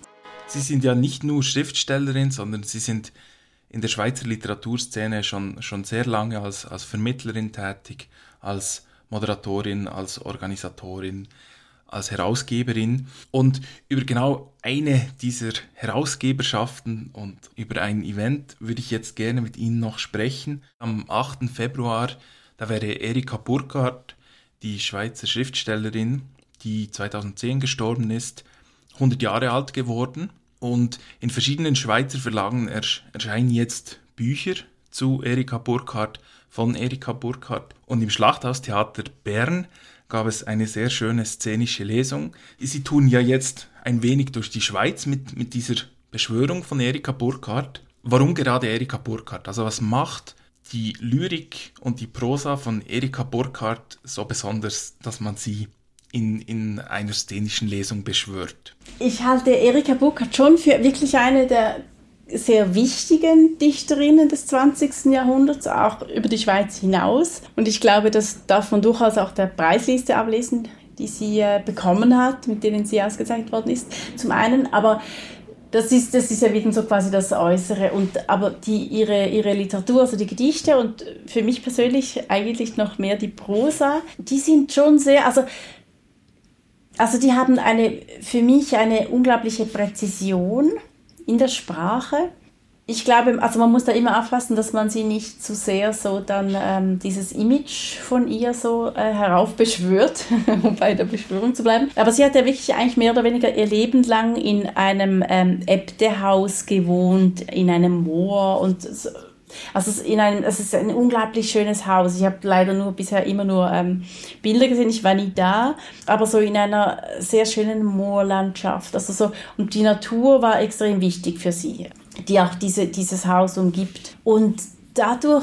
Sie sind ja nicht nur Schriftstellerin, sondern Sie sind in der Schweizer Literaturszene schon sehr lange als Vermittlerin tätig, als Moderatorin, als Organisatorin, als Herausgeberin. Und über genau eine dieser Herausgeberschaften und über ein Event würde ich jetzt gerne mit Ihnen noch sprechen. Am 8. Februar, da wäre Erika Burkhardt, die Schweizer Schriftstellerin, die 2010 gestorben ist, 100 Jahre alt geworden. Und in verschiedenen Schweizer Verlagen erscheinen jetzt Bücher zu Erika Burkhardt, von Erika Burkhardt. Und im Schlachthaustheater Bern gab es eine sehr schöne szenische Lesung. Sie tun ja jetzt ein wenig durch die Schweiz mit dieser Beschwörung von Erika Burkhardt. Warum gerade Erika Burkhardt? Also was macht die Lyrik und die Prosa von Erika Burkhardt so besonders, dass man sie in einer szenischen Lesung beschwört? Ich halte Erika Burkhardt schon für wirklich eine der sehr wichtigen Dichterinnen des 20. Jahrhunderts, auch über die Schweiz hinaus. Und ich glaube, das darf man durchaus auch der Preisliste ablesen, die sie bekommen hat, mit denen sie ausgezeichnet worden ist. Zum einen, aber das ist ja wieder so quasi das Äußere. Aber ihre Literatur, also die Gedichte und für mich persönlich eigentlich noch mehr die Prosa, die sind schon sehr, also die haben für mich eine unglaubliche Präzision in der Sprache. Ich glaube, also man muss da immer aufpassen, dass man sie nicht zu sehr so dann dieses Image von ihr so heraufbeschwört, um bei der Beschwörung zu bleiben. Aber sie hat ja wirklich eigentlich mehr oder weniger ihr Leben lang in einem Äbtehaus gewohnt, in einem Moor und so. Also es ist ein unglaublich schönes Haus. Ich habe leider bisher immer nur Bilder gesehen, ich war nie da, aber so in einer sehr schönen Moorlandschaft. Also so, und die Natur war extrem wichtig für sie, die auch dieses Haus umgibt. Und dadurch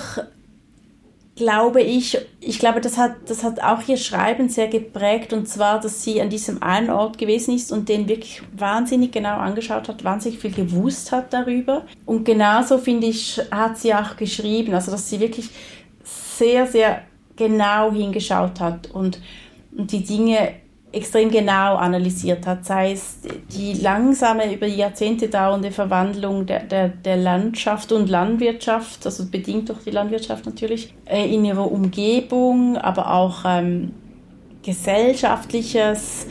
glaube ich glaube, das hat auch ihr Schreiben sehr geprägt, und zwar, dass sie an diesem einen Ort gewesen ist und den wirklich wahnsinnig genau angeschaut hat, wahnsinnig viel gewusst hat darüber. Und genauso, finde ich, hat sie auch geschrieben, also dass sie wirklich sehr, sehr genau hingeschaut hat und die Dinge extrem genau analysiert hat, sei es die langsame, über Jahrzehnte dauernde Verwandlung der Landschaft und Landwirtschaft, also bedingt durch die Landwirtschaft natürlich, in ihrer Umgebung, aber auch gesellschaftliches.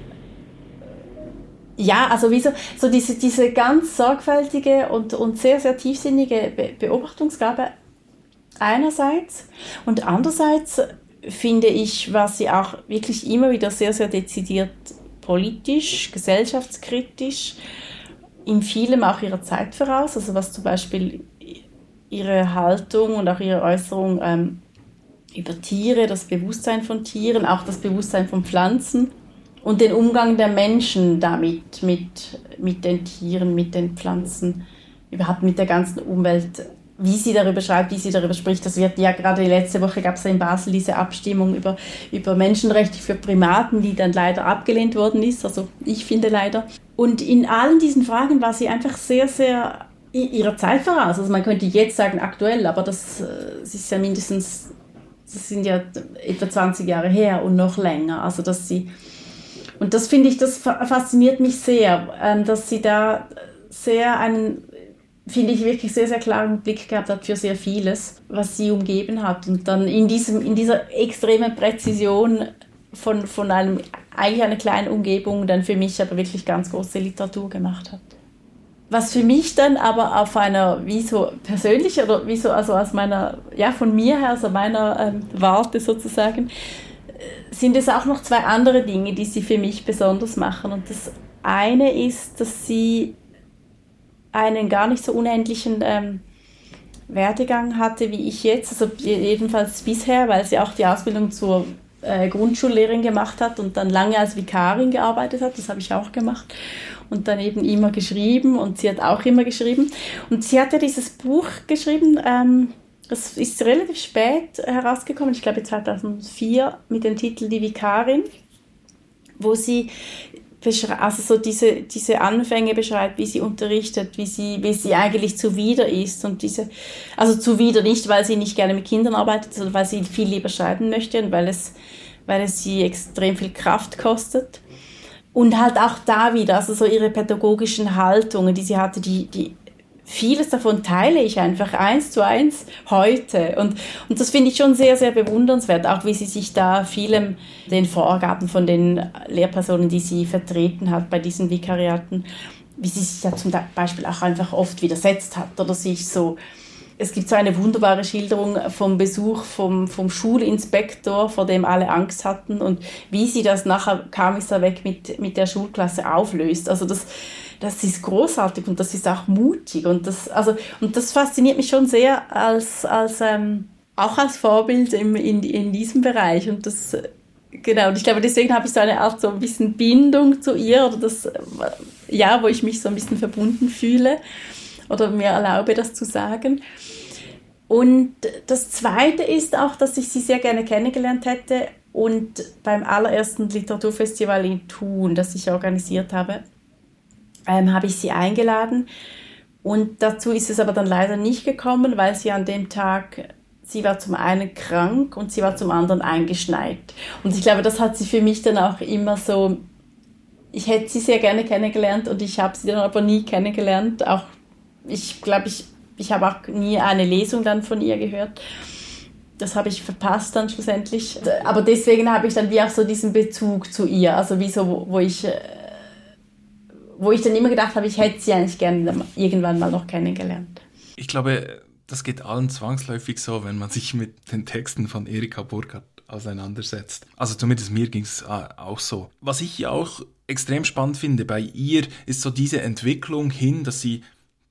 Ja, also wie so diese ganz sorgfältige und sehr, sehr tiefsinnige Beobachtungsgabe einerseits, und andererseits finde ich, war sie auch wirklich immer wieder sehr, sehr dezidiert politisch, gesellschaftskritisch, in vielem auch ihrer Zeit voraus, also was zum Beispiel ihre Haltung und auch ihre Äußerung über Tiere, das Bewusstsein von Tieren, auch das Bewusstsein von Pflanzen und den Umgang der Menschen damit, mit den Tieren, mit den Pflanzen, überhaupt mit der ganzen Umwelt, wie sie darüber schreibt, wie sie darüber spricht. Das wird ja gerade letzte Woche gab es ja in Basel diese Abstimmung über Menschenrechte für Primaten, die dann leider abgelehnt worden ist. Also ich finde leider. Und in allen diesen Fragen war sie einfach sehr, sehr ihrer Zeit voraus. Also man könnte jetzt sagen aktuell, aber das ist ja mindestens, das sind ja etwa 20 Jahre her und noch länger. Also dass sie, und das finde ich, das fasziniert mich sehr, dass sie da sehr finde ich, wirklich sehr, sehr klaren Blick gehabt hat für sehr vieles, was sie umgeben hat. Und dann in dieser extremen Präzision von eigentlich einer kleinen Umgebung dann für mich aber wirklich ganz große Literatur gemacht hat. Was für mich dann aber auf einer wie so persönlichen oder wie so, also aus meiner, ja, von mir her, also meiner Warte sozusagen, sind es auch noch zwei andere Dinge, die sie für mich besonders machen. Und das eine ist, dass sie einen gar nicht so unendlichen Werdegang hatte wie ich jetzt, also jedenfalls bisher, weil sie auch die Ausbildung zur Grundschullehrerin gemacht hat und dann lange als Vikarin gearbeitet hat, das habe ich auch gemacht, und dann eben immer geschrieben, und sie hat auch immer geschrieben. Und sie hat ja dieses Buch geschrieben, das ist relativ spät herausgekommen, ich glaube 2004, mit dem Titel Die Vikarin, wo sie also so diese Anfänge beschreibt, wie sie unterrichtet, wie sie eigentlich zuwider ist, und also zuwider nicht, weil sie nicht gerne mit Kindern arbeitet, sondern weil sie viel lieber schreiben möchte und weil es sie extrem viel Kraft kostet. Und halt auch da wieder, also so ihre pädagogischen Haltungen, die sie hatte, die vieles davon teile ich einfach 1:1 heute. Und das finde ich schon sehr, sehr bewundernswert, auch wie sie sich da vielem den Vorgaben von den Lehrpersonen, die sie vertreten hat bei diesen Vikariaten, wie sie sich ja zum Beispiel auch einfach oft widersetzt hat oder sich so. Es gibt so eine wunderbare Schilderung vom Besuch vom Schulinspektor, vor dem alle Angst hatten und wie sie das nachher, kaum ist er weg, mit der Schulklasse auflöst. Also das ist großartig und das ist auch mutig und das fasziniert mich schon sehr auch als Vorbild in diesem Bereich und das, genau, und ich glaube, deswegen habe ich so eine Art so ein bisschen Bindung zu ihr oder wo ich mich so ein bisschen verbunden fühle oder mir erlaube, das zu sagen. Und das Zweite ist auch, dass ich sie sehr gerne kennengelernt hätte und beim allerersten Literaturfestival in Thun, das ich organisiert habe, habe ich sie eingeladen und dazu ist es aber dann leider nicht gekommen, weil sie an dem Tag, sie war zum einen krank und sie war zum anderen eingeschneit. Und ich glaube, das hat sie für mich dann auch immer so, ich hätte sie sehr gerne kennengelernt und ich habe sie dann aber nie kennengelernt, auch ich glaube, ich habe auch nie eine Lesung dann von ihr gehört. Das habe ich verpasst dann schlussendlich. Aber deswegen habe ich dann wie auch so diesen Bezug zu ihr. Also wie so, wo ich dann immer gedacht habe, ich hätte sie eigentlich gerne irgendwann mal noch kennengelernt. Ich glaube, das geht allen zwangsläufig so, wenn man sich mit den Texten von Erika Burkhardt auseinandersetzt. Also zumindest mir ging es auch so. Was ich auch extrem spannend finde bei ihr, ist so diese Entwicklung hin, dass sie,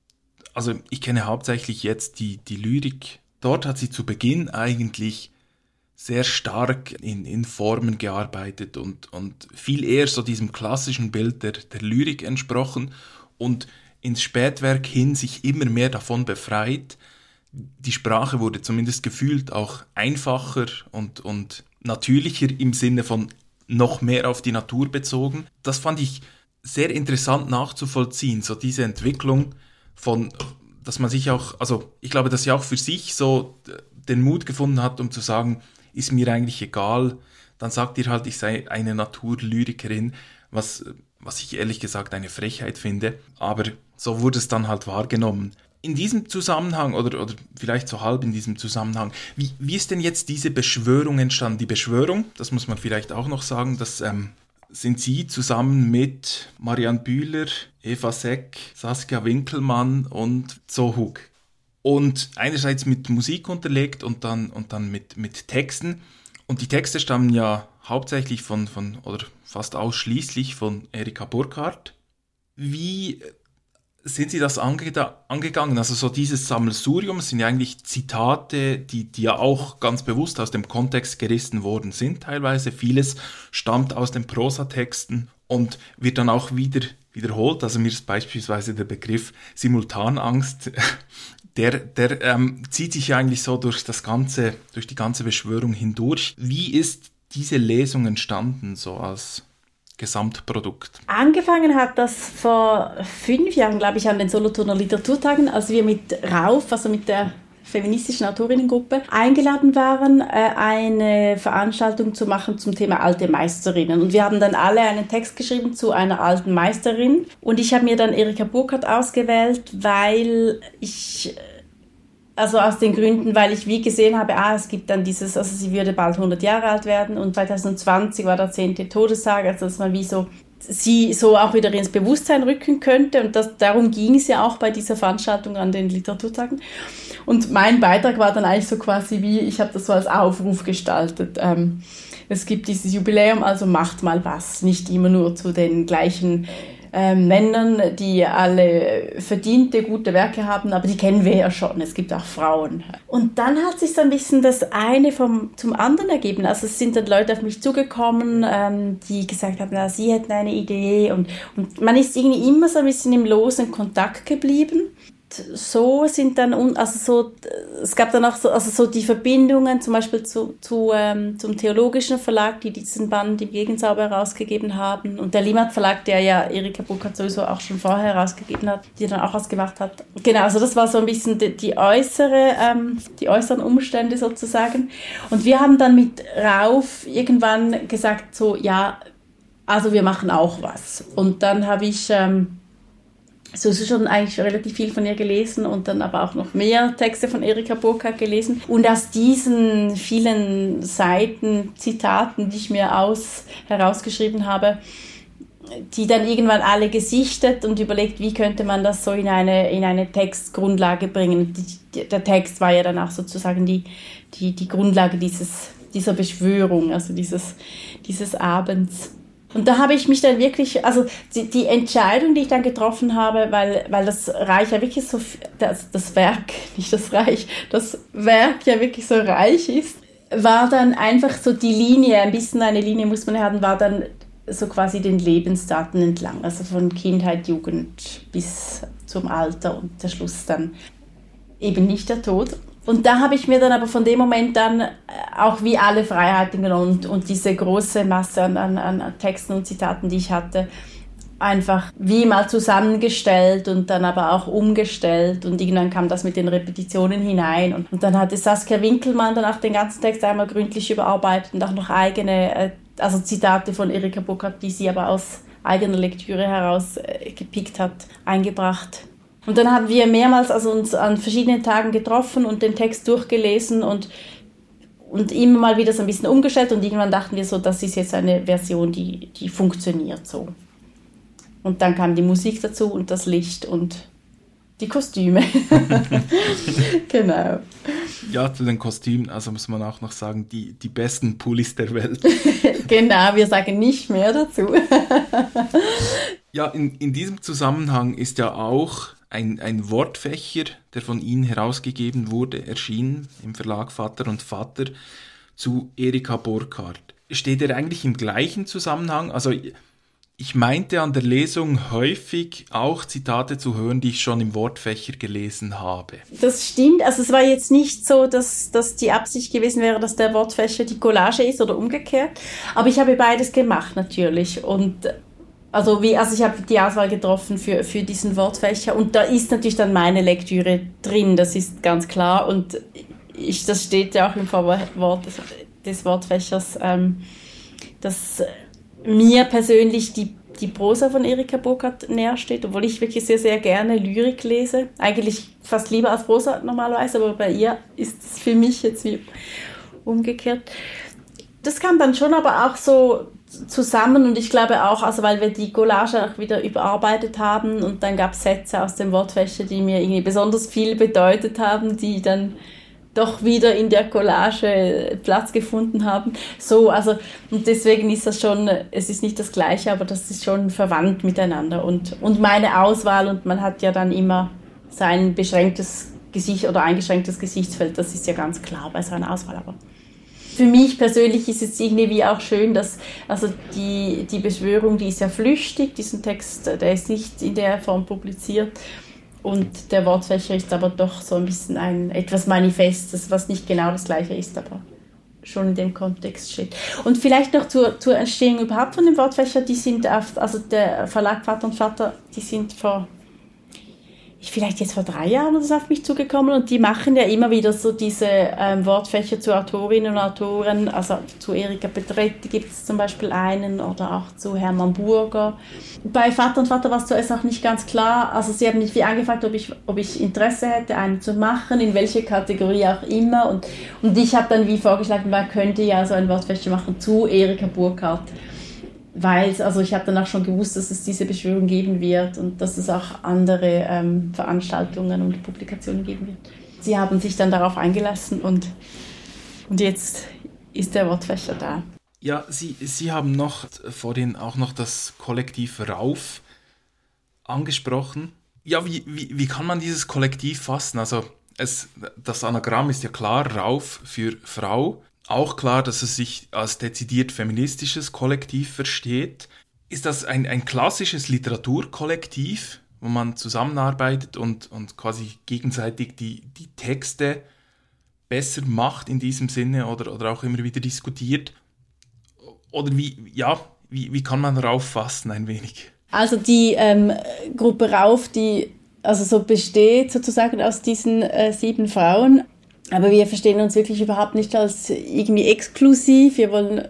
also ich kenne hauptsächlich jetzt die Lyrik. Dort hat sie zu Beginn eigentlich sehr stark in Formen gearbeitet und viel eher so diesem klassischen Bild der Lyrik entsprochen und ins Spätwerk hin sich immer mehr davon befreit. Die Sprache wurde zumindest gefühlt auch einfacher und natürlicher im Sinne von noch mehr auf die Natur bezogen. Das fand ich sehr interessant nachzuvollziehen, so diese Entwicklung von, dass man sich auch, also ich glaube, dass sie auch für sich so den Mut gefunden hat, um zu sagen, ist mir eigentlich egal, dann sagt ihr halt, ich sei eine Naturlyrikerin, was ich ehrlich gesagt eine Frechheit finde, aber so wurde es dann halt wahrgenommen. In diesem Zusammenhang, oder vielleicht so halb in diesem Zusammenhang, wie ist denn jetzt diese Beschwörung entstanden? Die Beschwörung, das muss man vielleicht auch noch sagen, das sind Sie zusammen mit Marianne Bühler, Eva Seck, Saskia Winkelmann und Zohug. Und einerseits mit Musik unterlegt und dann mit Texten. Und die Texte stammen ja hauptsächlich von oder fast ausschließlich von Erika Burkhardt. Wie sind Sie das angegangen? Also so dieses Sammelsurium sind ja eigentlich Zitate, die ja auch ganz bewusst aus dem Kontext gerissen worden sind teilweise. Vieles stammt aus den Prosatexten und wird dann auch wiederholt. Also mir ist beispielsweise der Begriff Simultanangst, der zieht sich ja eigentlich so durch die ganze Beschwörung hindurch. Wie ist diese Lesung entstanden, so als Gesamtprodukt? Angefangen hat das vor 5 Jahren, glaube ich, an den Solothurner Literaturtagen, als wir mit Rauf, also mit der feministischen Autorinnengruppe, eingeladen waren, eine Veranstaltung zu machen zum Thema alte Meisterinnen. Und wir haben dann alle einen Text geschrieben zu einer alten Meisterin. Und ich habe mir dann Erika Burkhardt ausgewählt, weil ich, also aus den Gründen, weil ich wie gesehen habe, es gibt dann dieses, also sie würde bald 100 Jahre alt werden und 2020 war der 10. Todestag, also dass man wie so sie so auch wieder ins Bewusstsein rücken könnte und darum ging es ja auch bei dieser Veranstaltung an den Literaturtagen. Und mein Beitrag war dann eigentlich so quasi wie, ich habe das so als Aufruf gestaltet. Es gibt dieses Jubiläum, also macht mal was, nicht immer nur zu den gleichen Männern, die alle verdiente, gute Werke haben, aber die kennen wir ja schon. Es gibt auch Frauen. Und dann hat sich so ein bisschen das eine zum anderen ergeben. Also es sind dann Leute auf mich zugekommen, die gesagt haben, sie hätten eine Idee und man ist irgendwie immer so ein bisschen im losen Kontakt geblieben. So sind dann, es gab dann auch so die Verbindungen, zum Beispiel zum Theologischen Verlag, die diesen Band im Gegenzauber herausgegeben haben, und der Limmat Verlag, der ja Erika Burkhardt sowieso auch schon vorher herausgegeben hat, die dann auch was gemacht hat. Genau, also das war so ein bisschen die äußeren Umstände sozusagen. Und wir haben dann mit Rauf irgendwann gesagt, so, ja, also wir machen auch was. Und dann habe ich so schon eigentlich relativ viel von ihr gelesen und dann aber auch noch mehr Texte von Erika Burkhardt gelesen. Und aus diesen vielen Seiten, Zitaten, die ich mir herausgeschrieben habe, die dann irgendwann alle gesichtet und überlegt, wie könnte man das so in eine Textgrundlage bringen. Der Text war ja dann auch sozusagen die Grundlage dieser Beschwörung, also dieses Abends. Und da habe ich mich dann wirklich, also die Entscheidung, die ich dann getroffen habe, weil das Reich ja wirklich so, das Werk ja wirklich so reich ist, war dann einfach so die Linie, ein bisschen eine Linie muss man haben, war dann so quasi den Lebensdaten entlang, also von Kindheit, Jugend bis zum Alter und der Schluss dann eben nicht der Tod. Und da habe ich mir dann aber von dem Moment dann auch wie alle Freiheiten genommen und diese große Masse an Texten und Zitaten, die ich hatte, einfach wie mal zusammengestellt und dann aber auch umgestellt und irgendwann kam das mit den Repetitionen hinein und dann hatte Saskia Winkelmann dann auch den ganzen Text einmal gründlich überarbeitet und auch noch eigene, also Zitate von Erika Burkhardt, die sie aber aus eigener Lektüre heraus gepickt hat, eingebracht. Und dann haben wir mehrmals also uns an verschiedenen Tagen getroffen und den Text durchgelesen und immer mal wieder so ein bisschen umgestellt und irgendwann dachten wir so, das ist jetzt eine Version, die funktioniert so. Und dann kam die Musik dazu und das Licht und die Kostüme. Genau. Ja, zu den Kostümen, also muss man auch noch sagen, die besten Pullis der Welt. Genau, wir sagen nicht mehr dazu. Ja, in diesem Zusammenhang ist ja auch ein Wortfächer, der von Ihnen herausgegeben wurde, erschienen im Verlag Vater und Vater zu Erika Burkhardt. Steht er eigentlich im gleichen Zusammenhang? Also ich meinte an der Lesung häufig auch Zitate zu hören, die ich schon im Wortfächer gelesen habe. Das stimmt. Also es war jetzt nicht so, dass die Absicht gewesen wäre, dass der Wortfächer die Collage ist oder umgekehrt. Aber ich habe beides gemacht natürlich. Und also ich habe die Auswahl getroffen für diesen Wortfächer. Und da ist natürlich dann meine Lektüre drin. Das ist ganz klar. Und das steht ja auch im Vorwort des Wortfächers, dass mir persönlich die Prosa von Erika Burkhardt näher steht, obwohl ich wirklich sehr, sehr gerne Lyrik lese. Eigentlich fast lieber als Prosa normalerweise, aber bei ihr ist es für mich jetzt wie umgekehrt. Das kam dann schon aber auch so zusammen und ich glaube auch, also weil wir die Collage auch wieder überarbeitet haben und dann gab es Sätze aus dem Wortfächer, die mir irgendwie besonders viel bedeutet haben, die dann doch wieder in der Collage Platz gefunden haben. So, also, und deswegen ist das schon, es ist nicht das Gleiche, aber das ist schon verwandt miteinander und meine Auswahl und man hat ja dann immer sein beschränktes Gesicht oder eingeschränktes Gesichtsfeld, das ist ja ganz klar bei so einer Auswahl, aber für mich persönlich ist es irgendwie auch schön, dass, also die Beschwörung, die ist ja flüchtig, diesen Text, der ist nicht in der Form publiziert. Und der Wortfächer ist aber doch so ein bisschen etwas Manifestes, was nicht genau das Gleiche ist, aber schon in dem Kontext steht. Und vielleicht noch zur Entstehung überhaupt von dem Wortfächer, die sind also der Verlag Vater und Vater, die sind vielleicht jetzt vor 3 Jahren oder so auf mich zugekommen und die machen ja immer wieder so diese Wortfächer zu Autorinnen und Autoren, also zu Erika Petretti gibt es zum Beispiel einen oder auch zu Hermann Burger. Bei Vater und Vater war es zuerst auch nicht ganz klar, also sie haben mich wie angefragt, ob ich Interesse hätte, einen zu machen, in welche Kategorie auch immer und ich habe dann wie vorgeschlagen, man könnte ja so ein Wortfächer machen zu Erika Burkhardt. Weil, also ich habe dann auch schon gewusst, dass es diese Beschwörung geben wird und dass es auch andere Veranstaltungen und Publikationen geben wird. Sie haben sich dann darauf eingelassen und jetzt ist der Wortfächer da. Ja, Sie haben noch vorhin auch noch das Kollektiv Rauf angesprochen. Ja, wie kann man dieses Kollektiv fassen? Also das Anagramm ist ja klar, Rauf für Frau. Auch klar, dass es sich als dezidiert feministisches Kollektiv versteht. Ist das ein klassisches Literaturkollektiv, wo man zusammenarbeitet und quasi gegenseitig die Texte besser macht in diesem Sinne oder auch immer wieder diskutiert? Oder wie kann man Rauf fassen ein wenig? Also die Gruppe Rauf, die also so besteht sozusagen aus diesen 7 Frauen. Aber wir verstehen uns wirklich überhaupt nicht als irgendwie exklusiv. Wir wollen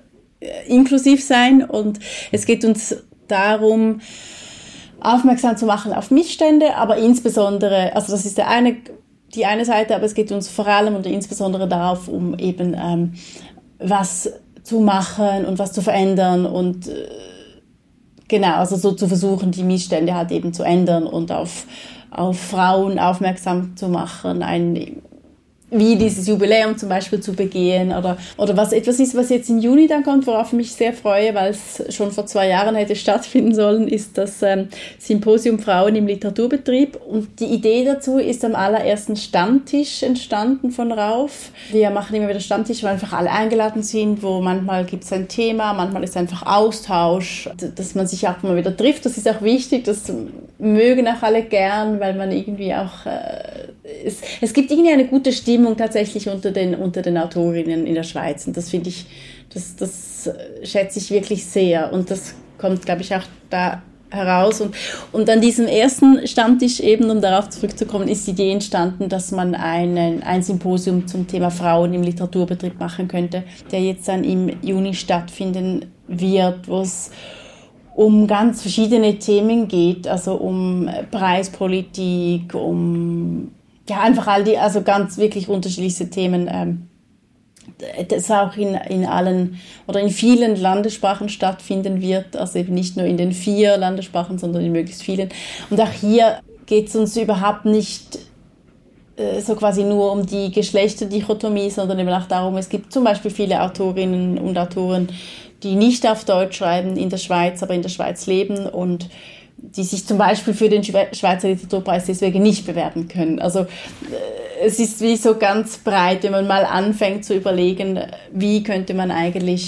inklusiv sein und es geht uns darum, aufmerksam zu machen auf Missstände, aber insbesondere, also das ist die eine Seite, aber es geht uns vor allem und insbesondere darauf, um eben was zu machen und was zu verändern und genau, also so zu versuchen, die Missstände halt eben zu ändern und auf Frauen aufmerksam zu machen, wie dieses Jubiläum zum Beispiel zu begehen oder was etwas ist, was jetzt im Juni dann kommt, worauf ich mich sehr freue, weil es schon vor 2 Jahren hätte stattfinden sollen, ist das Symposium Frauen im Literaturbetrieb. Und die Idee dazu ist am allerersten Stammtisch entstanden von Rauf. Wir machen immer wieder Stammtisch, wo einfach alle eingeladen sind, wo manchmal gibt es ein Thema, manchmal ist einfach Austausch, dass man sich auch mal wieder trifft. Das ist auch wichtig, das mögen auch alle gern, weil man irgendwie auch es gibt irgendwie eine gute Stimmung tatsächlich unter den Autorinnen in der Schweiz und das finde ich, das schätze ich wirklich sehr und das kommt, glaube ich, auch da heraus und an diesem ersten Stammtisch eben, um darauf zurückzukommen, ist die Idee entstanden, dass man ein Symposium zum Thema Frauen im Literaturbetrieb machen könnte, der jetzt dann im Juni stattfinden wird, wo es um ganz verschiedene Themen geht, also um Preispolitik, einfach also ganz wirklich unterschiedlichste Themen, das auch in allen oder in vielen Landessprachen stattfinden wird, also eben nicht nur in den 4 Landessprachen, sondern in möglichst vielen. Und auch hier geht es uns überhaupt nicht so quasi nur um die Geschlechterdichotomie, sondern eben auch darum, es gibt zum Beispiel viele Autorinnen und Autoren, die nicht auf Deutsch schreiben in der Schweiz, aber in der Schweiz leben und die sich zum Beispiel für den Schweizer Literaturpreis deswegen nicht bewerben können. Also es ist wie so ganz breit, wenn man mal anfängt zu überlegen, wie könnte man eigentlich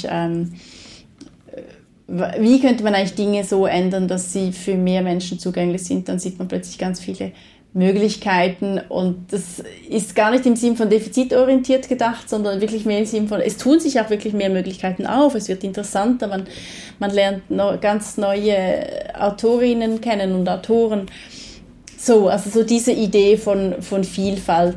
Dinge so ändern, dass sie für mehr Menschen zugänglich sind, dann sieht man plötzlich ganz viele Möglichkeiten und das ist gar nicht im Sinn von defizitorientiert gedacht, sondern wirklich mehr im Sinn von, es tun sich auch wirklich mehr Möglichkeiten auf, es wird interessanter, man lernt ganz neue Autorinnen kennen und Autoren. Also so diese Idee von Vielfalt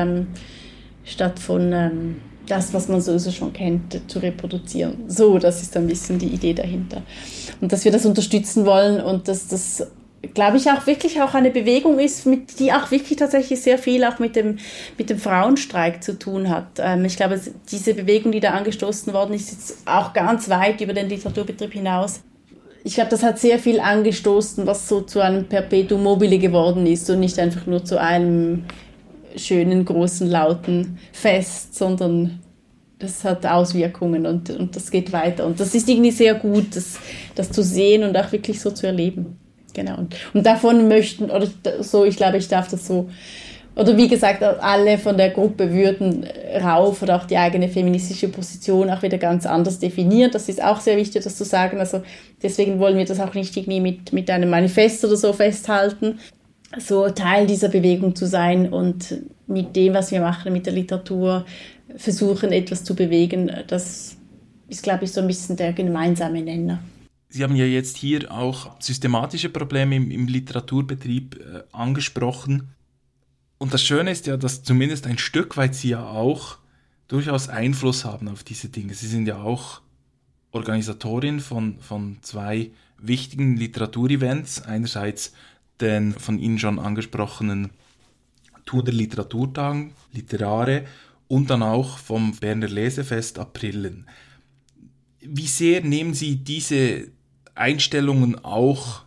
statt von das, was man sowieso schon kennt, zu reproduzieren. So, das ist ein bisschen die Idee dahinter. Und dass wir das unterstützen wollen und dass das, glaube ich, auch wirklich auch eine Bewegung ist, die auch wirklich tatsächlich sehr viel auch mit dem Frauenstreik zu tun hat. Ich glaube, diese Bewegung, die da angestoßen worden ist, jetzt auch ganz weit über den Literaturbetrieb hinaus. Ich glaube, das hat sehr viel angestoßen, was so zu einem Perpetuum mobile geworden ist und nicht einfach nur zu einem schönen, großen, lauten Fest, sondern das hat Auswirkungen und das geht weiter. Und das ist irgendwie sehr gut, das zu sehen und auch wirklich so zu erleben. Genau. Und davon möchten, oder so, ich glaube, ich darf das so, oder wie gesagt, alle von der Gruppe würden Rauf oder auch die eigene feministische Position auch wieder ganz anders definieren. Das ist auch sehr wichtig, das zu sagen. Also deswegen wollen wir das auch nicht irgendwie mit einem Manifest oder so festhalten, so Teil dieser Bewegung zu sein und mit dem, was wir machen, mit der Literatur, versuchen, etwas zu bewegen. Das ist, glaube ich, so ein bisschen der gemeinsame Nenner. Sie haben ja jetzt hier auch systematische Probleme im Literaturbetrieb angesprochen. Und das Schöne ist ja, dass zumindest ein Stück weit Sie ja auch durchaus Einfluss haben auf diese Dinge. Sie sind ja auch Organisatorin von 2 wichtigen Literaturevents. Einerseits den von Ihnen schon angesprochenen Tour der Literaturtagen, Literare, und dann auch vom Berner Lesefest Aprillen. Wie sehr nehmen Sie diese Einstellungen auch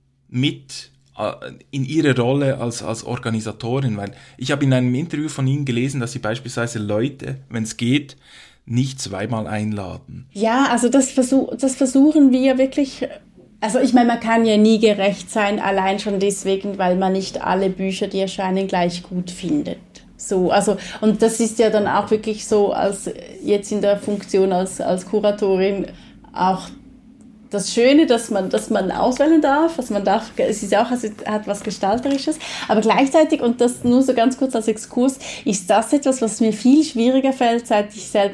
mit in Ihre Rolle als Organisatorin? Weil ich habe in einem Interview von Ihnen gelesen, dass Sie beispielsweise Leute, wenn es geht, nicht 2-mal einladen. Ja, also das versuchen wir wirklich. Also ich meine, man kann ja nie gerecht sein, allein schon deswegen, weil man nicht alle Bücher, die erscheinen, gleich gut findet. So, also, und das ist ja dann auch wirklich so, als jetzt in der Funktion als Kuratorin auch das Schöne, dass man auswählen darf, es ist auch, also hat was Gestalterisches, aber gleichzeitig, und das nur so ganz kurz als Exkurs, ist das etwas, was mir viel schwieriger fällt, seit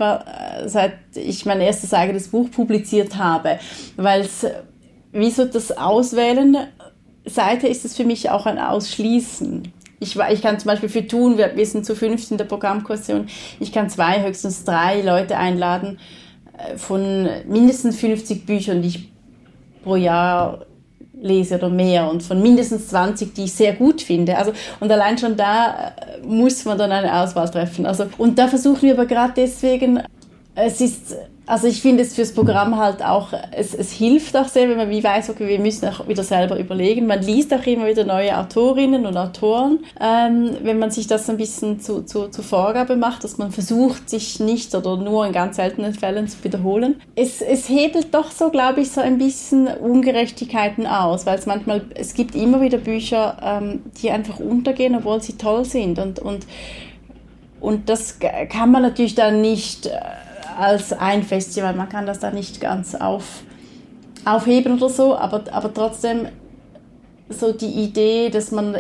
ich mein erstes eigenes Buch publiziert habe, weil es, wie so das Auswählen, seither ist es für mich auch ein Ausschließen. Ich kann zum Beispiel für Thun, wir sind zu 5 in der Programmkursion, ich kann 2, höchstens 3 Leute einladen, von mindestens 50 Büchern, die ich pro Jahr lese oder mehr, und von mindestens 20, die ich sehr gut finde. Also, und allein schon da muss man dann eine Auswahl treffen. Also, und da versuchen wir aber gerade deswegen, ich finde es fürs Programm halt auch, es hilft auch sehr, wenn man wie weiß, okay, wir müssen auch wieder selber überlegen. Man liest auch immer wieder neue Autorinnen und Autoren, wenn man sich das ein bisschen zur Vorgabe macht, dass man versucht, sich nicht oder nur in ganz seltenen Fällen zu wiederholen. Es hebelt doch so, glaube ich, so ein bisschen Ungerechtigkeiten aus, weil es gibt immer wieder Bücher, die einfach untergehen, obwohl sie toll sind, und das kann man natürlich dann nicht als ein Festival, man kann das da nicht ganz aufheben oder so, aber trotzdem so die Idee, dass man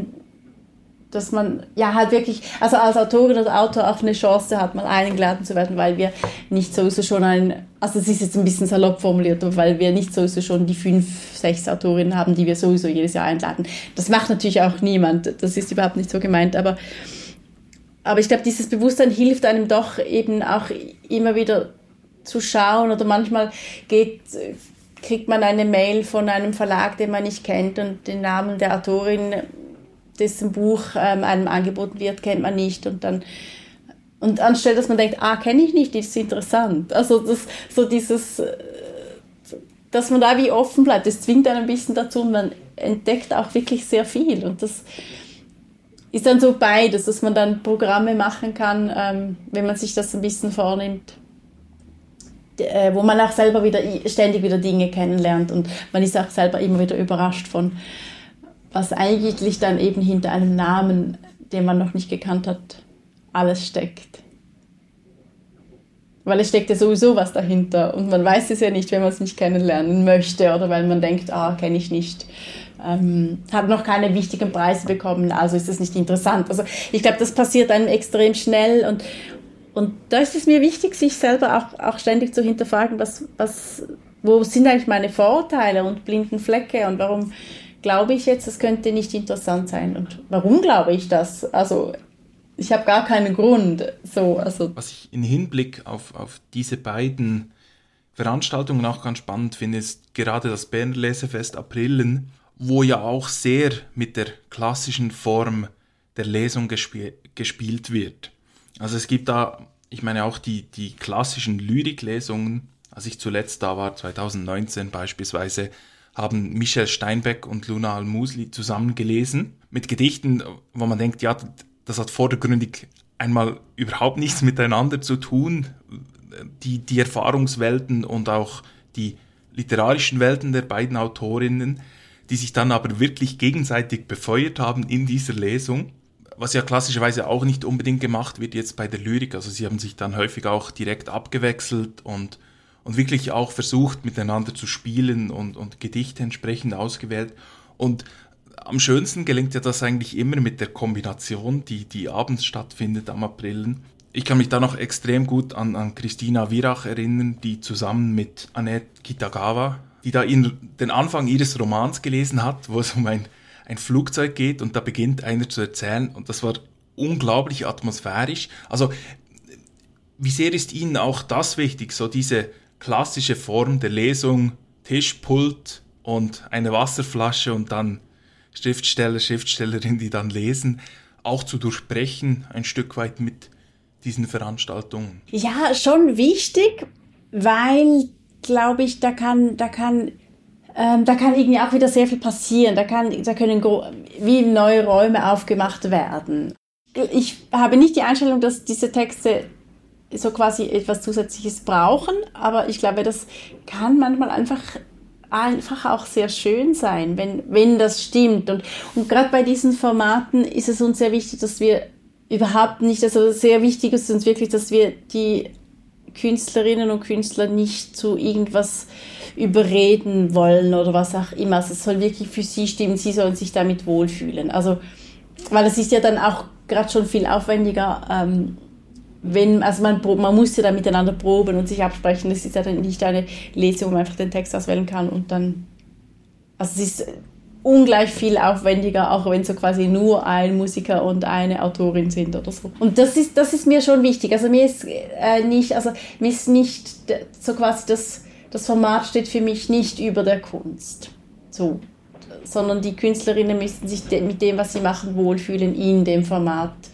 ja halt wirklich, also als Autorin oder Autor auch eine Chance hat, mal eingeladen zu werden, weil wir nicht sowieso schon also es ist jetzt ein bisschen salopp formuliert, weil wir nicht sowieso schon die 5, 6 Autorinnen haben, die wir sowieso jedes Jahr einladen. Das macht natürlich auch niemand, das ist überhaupt nicht so gemeint, aber ich glaube, dieses Bewusstsein hilft einem doch eben auch immer wieder zu schauen, oder manchmal kriegt man eine Mail von einem Verlag, den man nicht kennt, und den Namen der Autorin, dessen Buch einem angeboten wird, kennt man nicht, und anstelle, dass man denkt, kenne ich nicht, das ist interessant. Also dass man da wie offen bleibt, das zwingt einen ein bisschen dazu, und man entdeckt auch wirklich sehr viel, und das ist dann so beides, dass man dann Programme machen kann, wenn man sich das ein bisschen vornimmt, wo man auch selber ständig wieder Dinge kennenlernt, und man ist auch selber immer wieder überrascht von, was eigentlich dann eben hinter einem Namen, den man noch nicht gekannt hat, alles steckt. Weil es steckt ja sowieso was dahinter, und man weiß es ja nicht, wenn man es nicht kennenlernen möchte, oder weil man denkt, kenne ich nicht. Hat noch keine wichtigen Preise bekommen, also ist es nicht interessant. Also ich glaube, das passiert einem extrem schnell, und da ist es mir wichtig, sich selber auch ständig zu hinterfragen, wo sind eigentlich meine Vorurteile und blinden Flecke, und warum glaube ich jetzt, das könnte nicht interessant sein, und warum glaube ich das? Also ich habe gar keinen Grund. Was ich im Hinblick auf diese beiden Veranstaltungen auch ganz spannend finde, ist gerade das Berner Lesefest Aprillen, wo ja auch sehr mit der klassischen Form der Lesung gespielt wird. Also es gibt da, ich meine auch die klassischen Lyriklesungen, als ich zuletzt da war, 2019 beispielsweise, haben Michel Steinbeck und Luna Al-Musli zusammen gelesen, mit Gedichten, wo man denkt, ja, das hat vordergründig einmal überhaupt nichts miteinander zu tun, die Erfahrungswelten und auch die literarischen Welten der beiden Autorinnen, die sich dann aber wirklich gegenseitig befeuert haben in dieser Lesung, was ja klassischerweise auch nicht unbedingt gemacht wird jetzt bei der Lyrik. Also sie haben sich dann häufig auch direkt abgewechselt und wirklich auch versucht, miteinander zu spielen und Gedichte entsprechend ausgewählt. Und am schönsten gelingt ja das eigentlich immer mit der Kombination, die abends stattfindet am Aprillen. Ich kann mich da noch extrem gut an Christina Wirach erinnern, die zusammen mit Annette Kitagawa, die da den Anfang ihres Romans gelesen hat, wo es um ein Flugzeug geht, und da beginnt einer zu erzählen, und das war unglaublich atmosphärisch. Also wie sehr ist Ihnen auch das wichtig, so diese klassische Form der Lesung, Tisch, Pult und eine Wasserflasche und dann Schriftsteller, Schriftstellerin, die dann lesen, auch zu durchbrechen, ein Stück weit mit diesen Veranstaltungen? Ja, schon wichtig, weil, glaube ich, da kann irgendwie auch wieder sehr viel passieren. Da können wie neue Räume aufgemacht werden. Ich habe nicht die Einstellung, dass diese Texte so quasi etwas Zusätzliches brauchen, aber ich glaube, das kann manchmal einfach auch sehr schön sein, wenn das stimmt. Und gerade bei diesen Formaten ist es uns sehr wichtig, dass wir überhaupt nicht, also sehr wichtig ist uns wirklich, dass wir die Künstlerinnen und Künstler nicht zu irgendwas überreden wollen oder was auch immer. Also es soll wirklich für sie stimmen, sie sollen sich damit wohlfühlen. Also, weil es ist ja dann auch gerade schon viel aufwendiger, man muss ja dann miteinander proben und sich absprechen. Es ist ja dann nicht eine Lesung, wo man einfach den Text auswählen kann und dann, also es ist ungleich viel aufwendiger, auch wenn so quasi nur ein Musiker und eine Autorin sind oder so. Und das ist mir schon wichtig. Also mir ist nicht so quasi das Format steht für mich nicht über der Kunst. So. Sondern die Künstlerinnen müssen sich mit dem, was sie machen, wohlfühlen in dem Format,